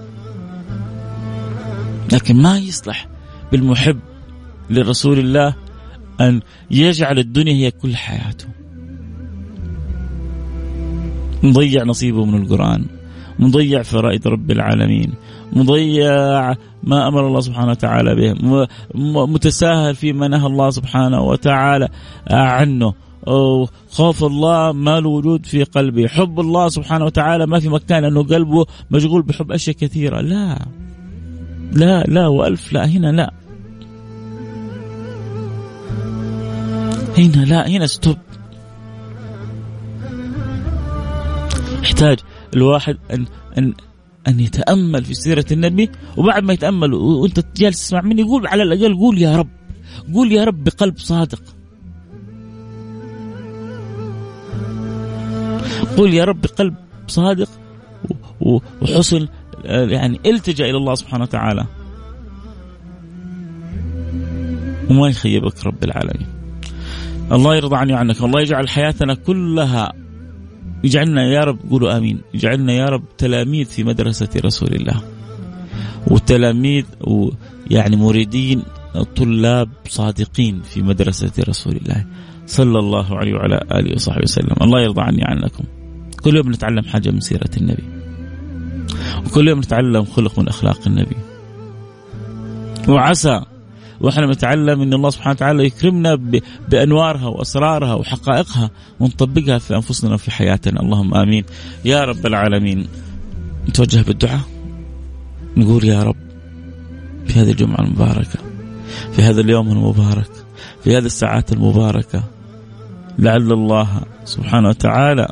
لكن ما يصلح بالمحب لرسول الله أن يجعل الدنيا هي كل حياته. مضيع نصيبه من القرآن، مضيع فرائض رب العالمين، مضيع ما أمر الله سبحانه وتعالى به، متساهل فيما نهى الله سبحانه وتعالى عنه. خوف الله ما له وجود في قلبه، حب الله سبحانه وتعالى ما في مكان أنه قلبه مشغول بحب أشياء كثيرة. لا لا لا وألف لا، هنا لا، هنا لا، هنا ستوب. يحتاج الواحد أن يتأمل في سيرة النبي، وبعد ما يتأمل وأنت جالس تسمع مني يقول على الأقل قول يا رب، قول يا رب بقلب صادق، قول يا رب بقلب صادق وحسن يعني التجأ إلى الله سبحانه وتعالى وما يخيبك رب العالمين. الله يرضى عني عنك، الله يجعل حياتنا كلها، يجعلنا يا رب، قولوا آمين، يجعلنا يا رب تلاميذ في مدرسة رسول الله، وتلاميذ يعني مريدين طلاب صادقين في مدرسة رسول الله صلى الله عليه وعلى آله وصحبه وسلم. الله يرضى عني عنكم. كل يوم نتعلم حاجة من سيرة النبي، وكل يوم نتعلم خلق من أخلاق النبي، وعسى وإحنا نتعلم أن الله سبحانه وتعالى يكرمنا بأنوارها وأسرارها وحقائقها ونطبقها في أنفسنا وفي حياتنا. اللهم آمين يا رب العالمين. نتوجه بالدعاء، نقول يا رب في هذه الجمعة المباركة، في هذا اليوم المبارك، في هذه الساعات المباركة، لعل الله سبحانه وتعالى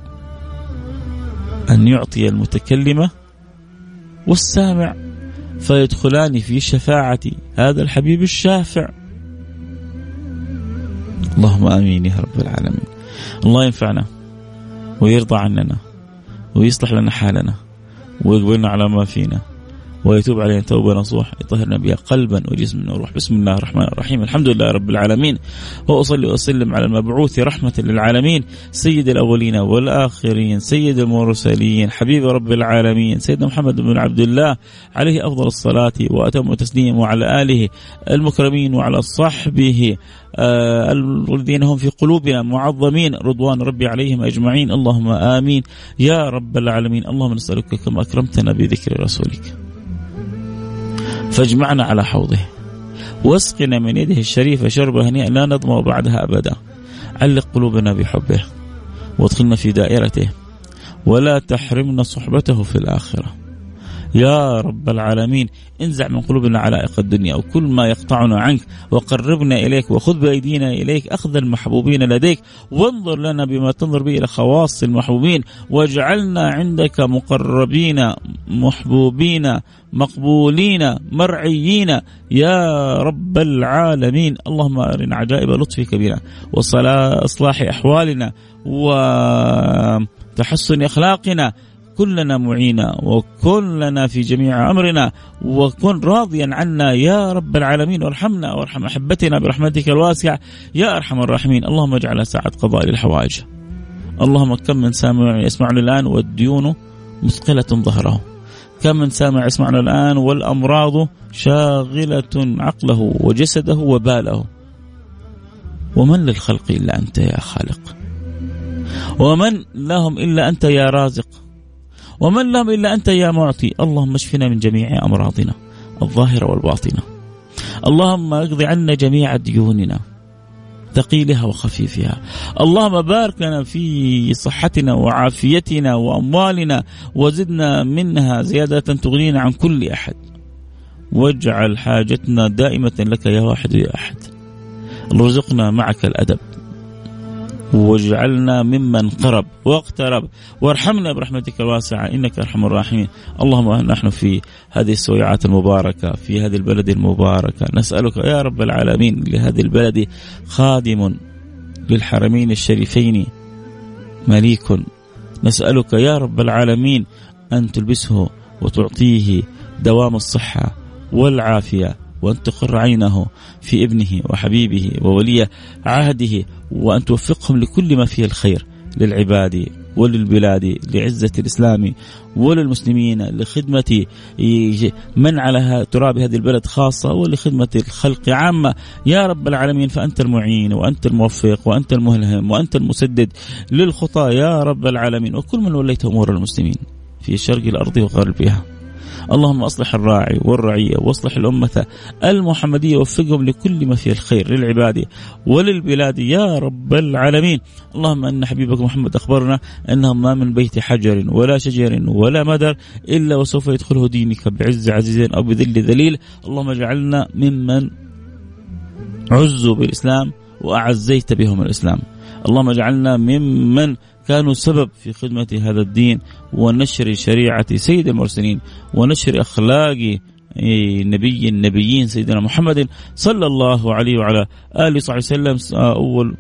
أن يعطي المتكلمة والسامع فيدخلان في شفاعة هذا الحبيب الشافع. اللهم آمين يا رب العالمين. الله ينفعنا ويرضى عننا ويصلح لنا حالنا ويقبلنا على ما فينا ويتوب علينا توبة نصوح، يطهرنا بها قلبا وجسما وروح. بسم الله الرحمن الرحيم، الحمد لله رب العالمين، وأصلي وأسلم على المبعوث رحمة للعالمين، سيد الأولين والآخرين، سيد المرسلين، حبيب رب العالمين، سيدنا محمد بن عبد الله عليه أفضل الصلاة وأتم التسليم، وعلى آله المكرمين وعلى صحبه الذين هم في قلوبنا معظمين رضوان ربي عليهم أجمعين. اللهم آمين يا رب العالمين. اللهم نسألك كما أكرمتنا بذكر رسولك فاجمعنا على حوضه واسقنا من يده الشريفة شربة هنيئا لا نظمأ بعدها أبدا. علق قلوبنا بحبه وادخلنا في دائرته ولا تحرمنا صحبته في الآخرة يا رب العالمين. انزع من قلوبنا علائق الدنيا وكل ما يقطعنا عنك، وقربنا إليك، وخذ بأيدينا إليك أخذ المحبوبين لديك، وانظر لنا بما تنظر به إلى خواص المحبوبين، واجعلنا عندك مقربين محبوبين مقبولين مرعيين يا رب العالمين. اللهم أرنا عجائب لطفك بنا وإصلاح أحوالنا وتحسن أخلاقنا، كلنا معينا وكلنا في جميع أمرنا، وكن راضيا عنا يا رب العالمين، وارحمنا وارحم أحبتنا برحمتك الواسعة يا أرحم الراحمين. اللهم اجعل ساعة قضاء الحوائج. اللهم كم من سامع يسمعنا الآن والديون مثقلة ظهره، كم من سامع يسمعنا الآن والأمراض شاغلة عقله وجسده وباله، ومن للخلق إلا أنت يا خالق، ومن لهم إلا أنت يا رازق، ومن لهم إلا أنت يا معطي. اللهم اشفنا من جميع أمراضنا الظاهرة والباطنة. اللهم اقض عنا جميع ديوننا ثقيلها وخفيفها. اللهم بارك لنا في صحتنا وعافيتنا وأموالنا، وزدنا منها زيادة تغنينا عن كل أحد، واجعل حاجتنا دائمة لك يا واحد يا أحد. ارزقنا معك الأدب واجعلنا ممن قرب واقترب، وارحمنا برحمتك الواسعة إنك أرحم الراحمين. اللهم نحن في هذه السويعات المباركة في هذه البلد المباركة نسألك يا رب العالمين، لهذه البلد خادم للحرمين الشريفين مليك، نسألك يا رب العالمين أن تلبسه وتعطيه دوام الصحة والعافية، وأن تقر عينه في ابنه وحبيبه وولي عهده، وأن توفقهم لكل ما فيه الخير للعباد وللبلاد، لعزة الإسلام وللمسلمين، لخدمة من على تراب هذه البلد خاصة، ولخدمة الخلق عامة يا رب العالمين. فأنت المعين وأنت الموفق وأنت الملهم وأنت المسدد للخطى يا رب العالمين، وكل من وليت أمور المسلمين في شرق الأرض وغربها. اللهم أصلح الراعي والرعية واصلح الأمة المحمدية، وفقهم لكل ما فيه الخير للعباد وللبلاد يا رب العالمين. اللهم أن حبيبك محمد أخبرنا أنه ما من بيت حجر ولا شجر ولا مدر إلا وسوف يدخله دينك بعز عزيز أو بذل ذليل. اللهم اجعلنا ممن عزوا بالإسلام وأعزيت بهم الإسلام. اللهم اجعلنا ممن كانوا سبب في خدمة هذا الدين ونشر شريعة سيد المرسلين ونشر أخلاق نبي النبيين سيدنا محمد صلى الله عليه وعلى آله وصحبه وسلم، أول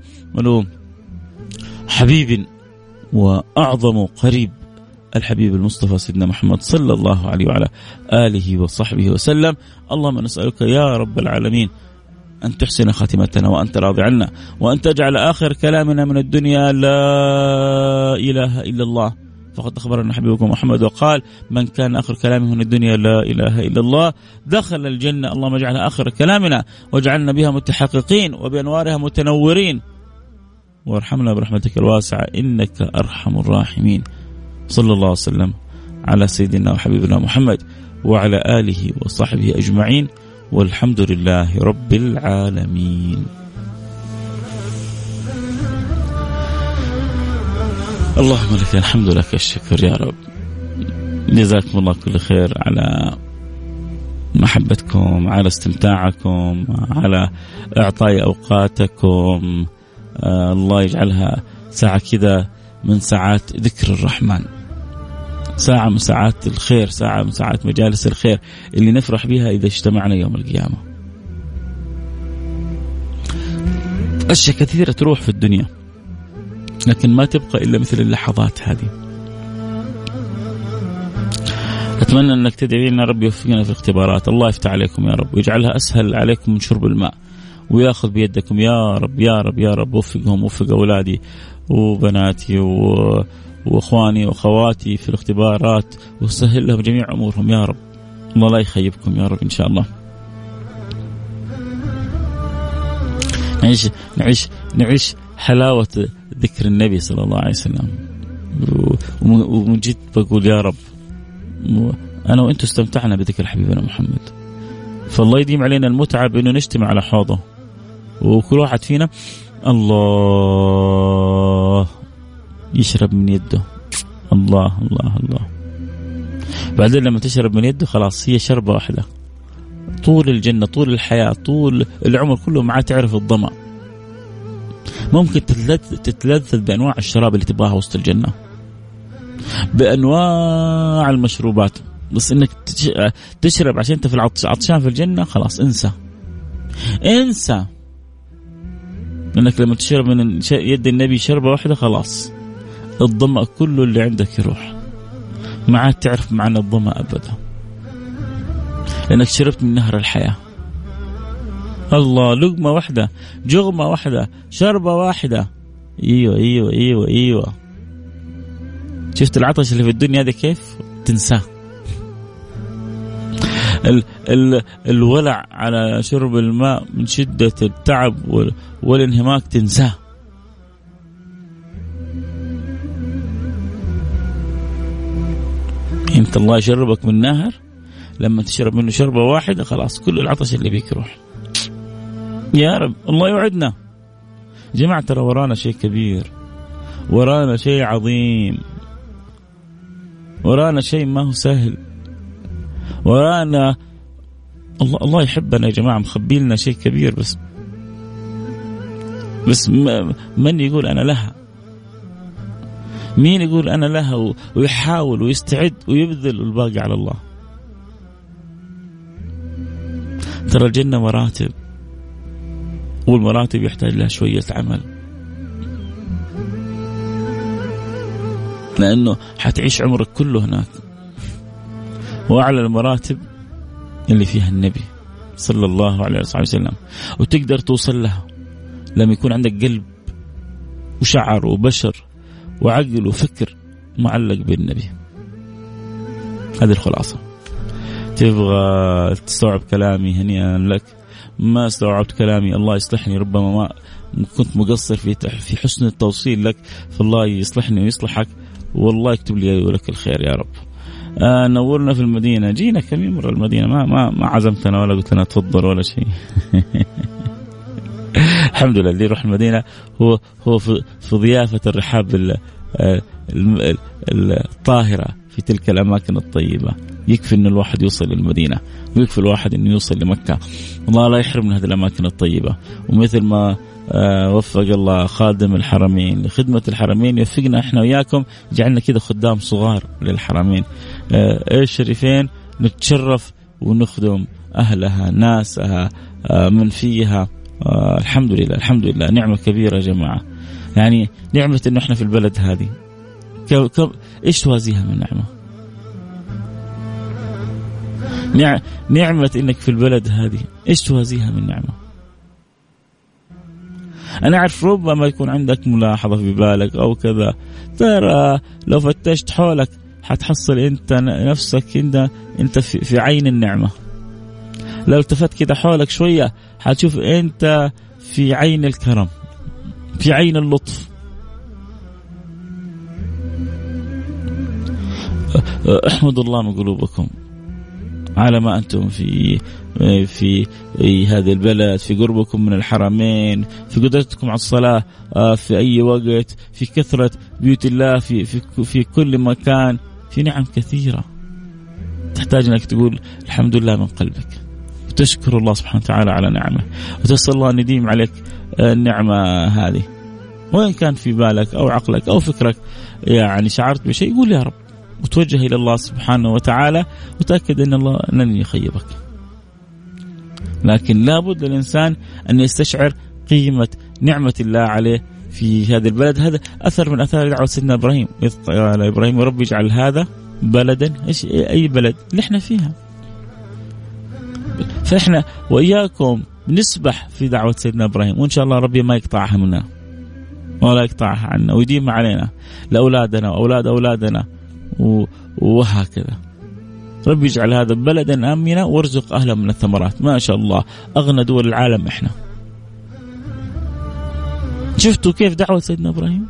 حبيب وأعظم قريب الحبيب المصطفى سيدنا محمد صلى الله عليه وعلى آله وصحبه وسلم. اللهم نسألك يا رب العالمين أن تحسن خاتمتنا وأن تراضي عنا، وأن تجعل آخر كلامنا من الدنيا لا إله إلا الله. فقد أخبرنا حبيبكم محمد وقال من كان آخر كلامه من الدنيا لا إله إلا الله دخل الجنة. اللهم اجعلها آخر كلامنا واجعلنا بها متحققين وبأنوارها متنورين، وارحمنا برحمتك الواسعة إنك أرحم الراحمين. صلى الله وسلم على سيدنا وحبيبنا محمد وعلى آله وصحبه أجمعين، والحمد لله رب العالمين. اللهم لك الحمد لك الشكر يا رب. جزاكم الله كل خير على محبتكم، على استمتاعكم، على إعطاء أوقاتكم. الله يجعلها ساعة كذا من ساعات ذكر الرحمن، ساعة من ساعات الخير، ساعة من ساعات مجالس الخير اللي نفرح بها إذا اجتمعنا يوم القيامة. أشياء كثيرة تروح في الدنيا لكن ما تبقى إلا مثل اللحظات هذه. أتمنى أنك تدعي لنا رب يوفقنا في الاختبارات. الله يفتح عليكم يا رب ويجعلها أسهل عليكم من شرب الماء، ويأخذ بيدكم يا رب يا رب يا رب. وفقهم وفق أولادي وبناتي وأخواني وأخواتي في الاختبارات، وسهل لهم جميع أمورهم يا رب. الله لا يخيبكم يا رب إن شاء الله. نعيش حلاوة ذكر النبي صلى الله عليه وسلم. ومن جد بقول يا رب أنا وإنتوا استمتعنا بذكر حبيبنا محمد، فالله يديم علينا المتعة بأنه نجتمع على حوضه، وكل واحد فينا الله يشرب من يده. الله الله الله. بعدين لما تشرب من يده خلاص هي شربة واحدة، طول الجنة طول الحياة طول العمر كله معاه تعرف الظمأ. ممكن تتلذذ بأنواع الشراب اللي تبغاها وسط الجنة، بأنواع المشروبات، بس إنك تشرب عشان أنت في عطشان في الجنة خلاص انسى. لأنك لما تشرب من يد النبي شربة واحدة خلاص الظمأ كله اللي عندك يروح، ما عاد تعرف معنى الظمأ أبدا، لأنك شربت من نهر الحياة. الله، لقمة واحدة، جغمة واحدة، شربة واحدة. ايوه ايوه ايوه ايوه. شفت العطش اللي في الدنيا هذا كيف تنساه؟ الولع على شرب الماء من شدة التعب والانهماك تنساه. انت الله يشربك من نهر لما تشرب منه شربة واحدة خلاص كل العطش اللي بيك يروح. يا رب الله يوعدنا. جماعة ترى ورانا شيء كبير، ورانا شيء عظيم، ورانا شيء ما هو سهل، ورانا الله يحبنا يا جماعة، مخبي لنا شيء كبير، بس من يقول أنا لها؟ مين يقول أنا لها ويحاول ويستعد ويبذل والباقي على الله؟ ترى الجنة مراتب، والمراتب يحتاج لها شوية عمل، لأنه حتعيش عمرك كله هناك. وأعلى المراتب اللي فيها النبي صلى الله عليه وسلم، وتقدر توصل لها لما يكون عندك قلب وشعر وبشر وعقل وفكر معلق بالنبي. هذه الخلاصة. تبغى تستوعب كلامي؟ هنيئا لك. ما استوعبت كلامي الله يصلحني، ربما ما كنت مقصر في حسن التوصيل لك، فالله يصلحني ويصلحك، والله يكتب لي ولك الخير يا رب. نورنا في المدينة، جينا كم يوم مرة المدينة، ما عزمتنا ولا قلت لنا تفضل ولا شيء. الحمد لله اللي يروح المدينة هو في ضيافة الرحاب الطاهرة في تلك الأماكن الطيبة. يكفي أن الواحد يوصل للمدينة، ويكفي الواحد أن يوصل لمكة. الله لا يحرمنا هذه الأماكن الطيبة. ومثل ما وفق الله خادم الحرمين لخدمة الحرمين، يوفقنا إحنا وياكم، جعلنا كده خدام صغار للحرمين الشريفين، نتشرف ونخدم أهلها ناسها من فيها. الحمد لله الحمد لله، نعمة كبيرة يا جماعة. يعني نعمة إنه إحنا في البلد هذه، إيش توازيها من نعمة؟ نعمة إنك في البلد هذه، إيش توازيها من نعمة؟ أنا أعرف ربما يكون عندك ملاحظة في بالك أو كذا، ترى لو فتشت حولك حتحصل أنت نفسك أنت في عين النعمة. لو التفت كده حولك شوية حتشوف أنت في عين الكرم، في عين اللطف. احمدوا الله من قلوبكم على ما أنتم في هذا البلد، في قربكم من الحرمين، في قدرتكم على الصلاة في أي وقت، في كثرة بيوت الله في كل مكان. في نعم كثيرة تحتاج أنك تقول الحمد لله من قلبك، وتشكر الله سبحانه وتعالى على نعمه، وتسأل الله أن يديم عليك النعمة هذه. وإن كان في بالك أو عقلك أو فكرك يعني شعرت بشيء، قول يا رب، وتوجه إلى الله سبحانه وتعالى، وتأكد أن الله لن يخيبك. لكن لابد للإنسان أن يستشعر قيمة نعمة الله عليه في هذا البلد. هذا أثر من أثار دعوة سيدنا إبراهيم، قال إبراهيم رب اجعل هذا بلدا، إيش أي بلد اللي إحنا فيها. فإحنا وإياكم نسبح في دعوة سيدنا إبراهيم، وإن شاء الله ربي ما يقطعها منا ولا يقطعها عنا، ويديم علينا لأولادنا وأولاد أولادنا وهكذا. ربي يجعل هذا بلدا آمنا وارزق أهله من الثمرات. ما شاء الله أغنى دول العالم إحنا. شفتوا كيف دعوة سيدنا إبراهيم؟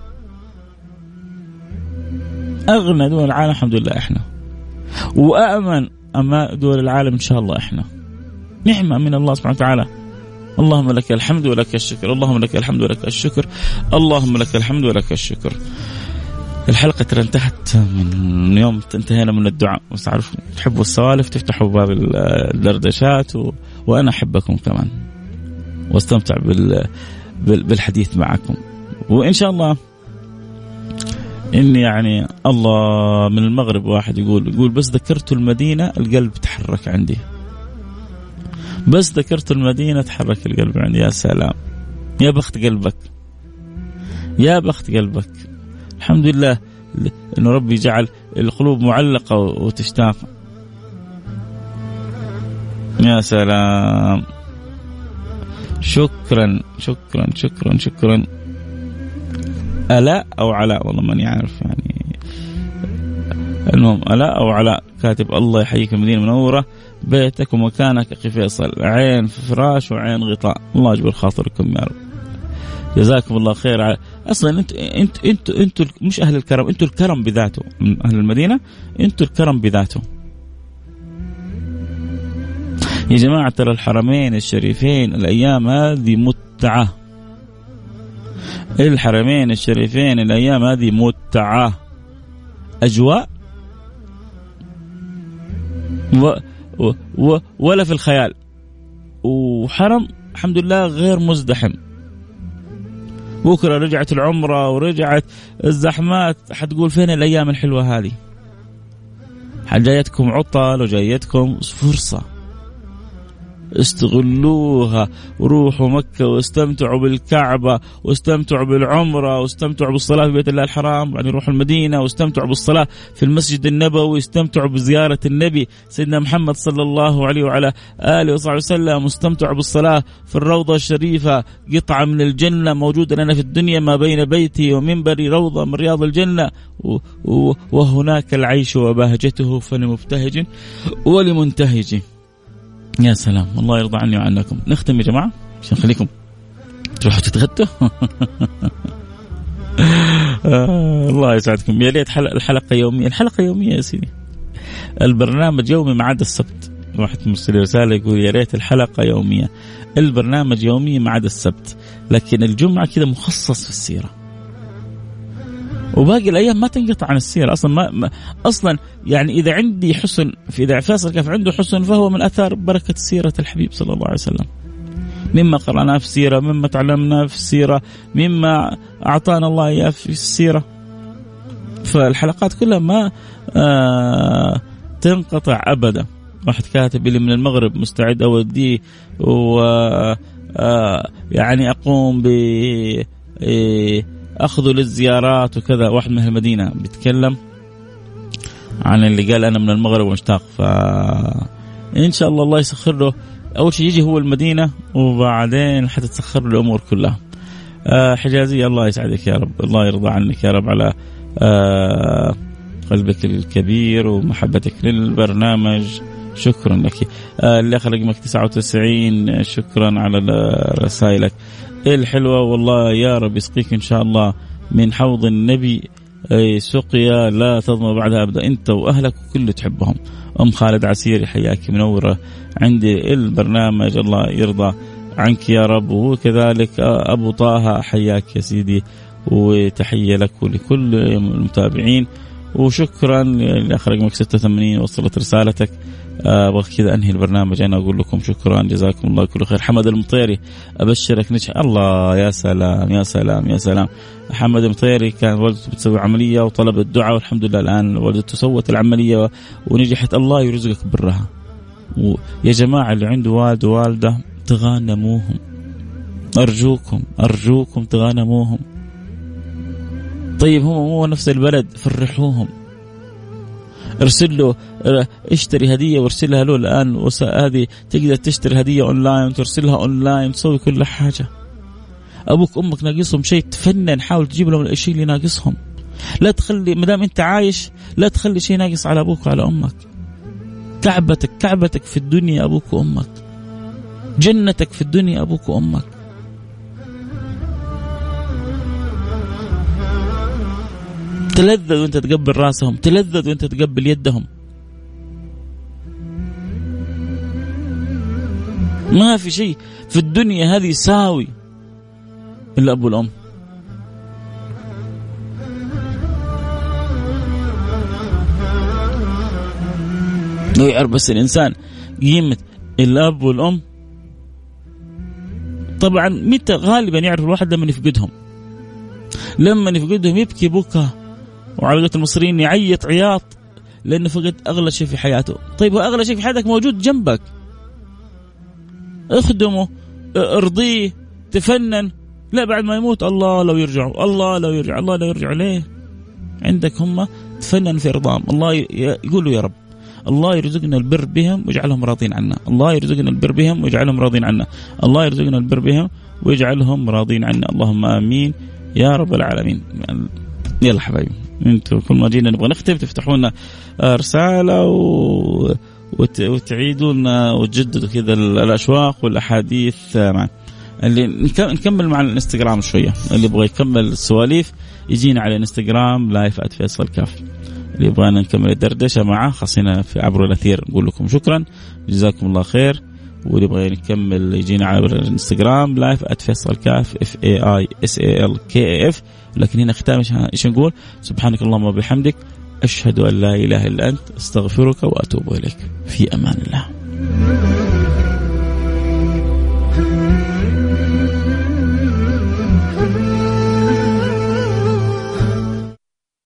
أغنى دول العالم الحمد لله إحنا، وأأمن أما دول العالم إن شاء الله إحنا. نعمة من الله سبحانه وتعالى. اللهم لك الحمد ولك الشكر، اللهم لك الحمد ولك الشكر، اللهم لك الحمد ولك الشكر. الحلقة ترى انتهت من يوم انتهينا من الدعاء، بس تعرفوا تحبوا السوالف تفتحوا باب الدردشات وأنا أحبكم كمان واستمتع بالحديث معكم. وإن شاء الله إن يعني الله من المغرب واحد يقول بس ذكرت المدينة القلب تحرك عندي، بس ذكرت المدينة تحرك القلب عندي. يا سلام، يا بخت قلبك، يا بخت قلبك. الحمد لله إنه ربي جعل القلوب معلقة وتشتاق. يا سلام، شكرا شكرا شكرا شكرا. ألاء أو علاء والله ماني عارف، يعني المهم ألاء أو علاء كاتب الله يحييك المدينة المنورة، بيتك ومكانك أخي فيصل، عين في فراش وعين غطاء. الله يجبر خاطركم يا رب، جزاكم الله خير. أصلا أنتوا مش أهل الكرم، أنتوا الكرم بذاته. أهل المدينة أنتوا الكرم بذاته يا جماعة. ترى الحرمين الشريفين الأيام هذه متعة، الحرمين الشريفين الأيام هذه متعة، أجواء ولا في الخيال، وحرم الحمد لله غير مزدحم. بكرة رجعت العمرة ورجعت الزحمات، حتقول فين الأيام الحلوة هذه؟ جايتكم عطل وجايتكم فرصة، استغلوها وروحوا مكة واستمتعوا بالكعبة واستمتعوا بالعمرة واستمتعوا بالصلاة في بيت الله الحرام، يعني روحوا المدينة واستمتعوا بالصلاة في المسجد النبوي واستمتعوا بزيارة النبي سيدنا محمد صلى الله عليه وعلى آله وصحبه وسلم، واستمتعوا بالصلاة في الروضة الشريفة، قطعة من الجنة موجودة لنا في الدنيا ما بين بيتي ومنبري روضة من رياض الجنة، وهناك العيش وبهجته فلمبتهج ولمنتهج. يا سلام، الله يرضى عني وعنكم. نختم يا جماعة عشان خليكم تروحوا تتغدوا. الله يسعدكم. يا ريت الحلقة يومية، الحلقة يومية يا سيدي، البرنامج يومي ما عدا السبت. واحد مرسل رسالة يقول يا ريت الحلقة يومية، البرنامج يومي ما عدا السبت، لكن الجمعة كذا مخصص في السيرة، وباقي الأيام ما تنقطع عن السيرة أصلا. أصلا يعني إذا عندي حسن، إذا فيصل كيف عنده حسن، فهو من أثار بركة سيرة الحبيب صلى الله عليه وسلم، مما قرأناه في السيرة، مما تعلمنا في السيرة، مما أعطانا الله إياه في السيرة. فالحلقات كلها ما تنقطع أبدا. واحد كاتب لي من المغرب مستعد أوديه يعني أقوم أخذوا للزيارات وكذا. واحد من المدينة بيتكلم عن اللي قال أنا من المغرب ومشتاق، فإن شاء الله يسخر له. أول شيء يجي هو المدينة وبعدين حتى تسخر له الأمور كلها. حجازي الله يسعدك يا رب، الله يرضى عنك يا رب على قلبك الكبير ومحبتك للبرنامج، شكرا لك. اللي أخذ رقمك 99 شكرا على رسائلك الحلوة، والله يا رب يسقيك إن شاء الله من حوض النبي سقيا لا تظمأ بعدها أبدا، أنت وأهلك وكل تحبهم. أم خالد عسيري حياك، منورة عندي البرنامج، الله يرضى عنك يا رب. وكذلك أبو طه حياك يا سيدي، وتحية لك ولكل المتابعين، وشكرا لأخ رقمك 86 وصلت رسالتك. أبغى كذا أنهي البرنامج أنا أقول لكم شكرا، جزاكم الله كل خير. حمد المطيري أبشرك نجح، الله يا سلام يا سلام يا سلام. حمد المطيري كان والدته بتسوي عملية وطلب الدعاء، والحمد لله الآن والدته سوت العملية ونجحت، الله يرزقك برها. ويا جماعة اللي عنده والد ووالدة تغانموهم، أرجوكم أرجوكم تغانموهم. طيب هم مو نفس البلد، فرحوهم، ارسل له، اشتري هدية وارسلها له الآن. هذه تقدر تشتري هدية أونلاين وترسلها أونلاين، تسوي كل حاجة. أبوك أمك ناقصهم شيء، تفنن، حاول تجيب لهم الشيء اللي ناقصهم. لا تخلي مدام أنت عايش لا تخلي شيء ناقص على أبوك وعلى أمك. كعبتك في الدنيا أبوك وأمك، جنتك في الدنيا أبوك وأمك. تلذذ وانت تقبل راسهم، تلذذ وانت تقبل يدهم. ما في شيء في الدنيا هذه يساوي الأب والأم. لو يعرف بس الإنسان قيمة الأب والأم. طبعا متى غالبا يعرف الواحد لما يفقدهم، لما يفقدهم يبكي بكى، وعلى قولة المصريين يعيط عياط، لأنه فقد أغلى شيء في حياته. طيب وأغلى شيء في حياتك موجود جنبك، اخدمه، ارضيه، تفنن. لا بعد ما يموت الله لو يرجعوا، الله لو يرجع، الله لو يرجع. ليه؟ عندك هم تفنن في إرضام. الله يقولوا يا رب الله يرزقنا البر بهم ويجعلهم راضين عنا، الله يرزقنا البر بهم ويجعلهم راضين عنا، الله يرزقنا البر بهم ويجعلهم راضين عنا، اللهم آمين يا رب العالمين. يلا حبايبي، انتوا كل ما جينا نبغى نختم تفتحوا لنا رسالة وتعيدوا لنا وتجددوا كذا الأشواق والأحاديث معنا. اللي نكمل مع الانستغرام شوية، اللي يبغى يكمل السواليف يجينا على الانستغرام لايف @فيصل كاف. اللي يبغانا نكمل الدردشة معه خاصنا في عبر الأثير نقول لكم شكرا جزاكم الله خير. واللي يبغى نكمل يجينا على الانستغرام لايف @فيصل كاف FAISALKAF. لكن هنا ختام ايش نقول؟ سبحانك اللهم وبحمدك أشهد أن لا إله إلا أنت أستغفرك وأتوب إليك. في أمان الله.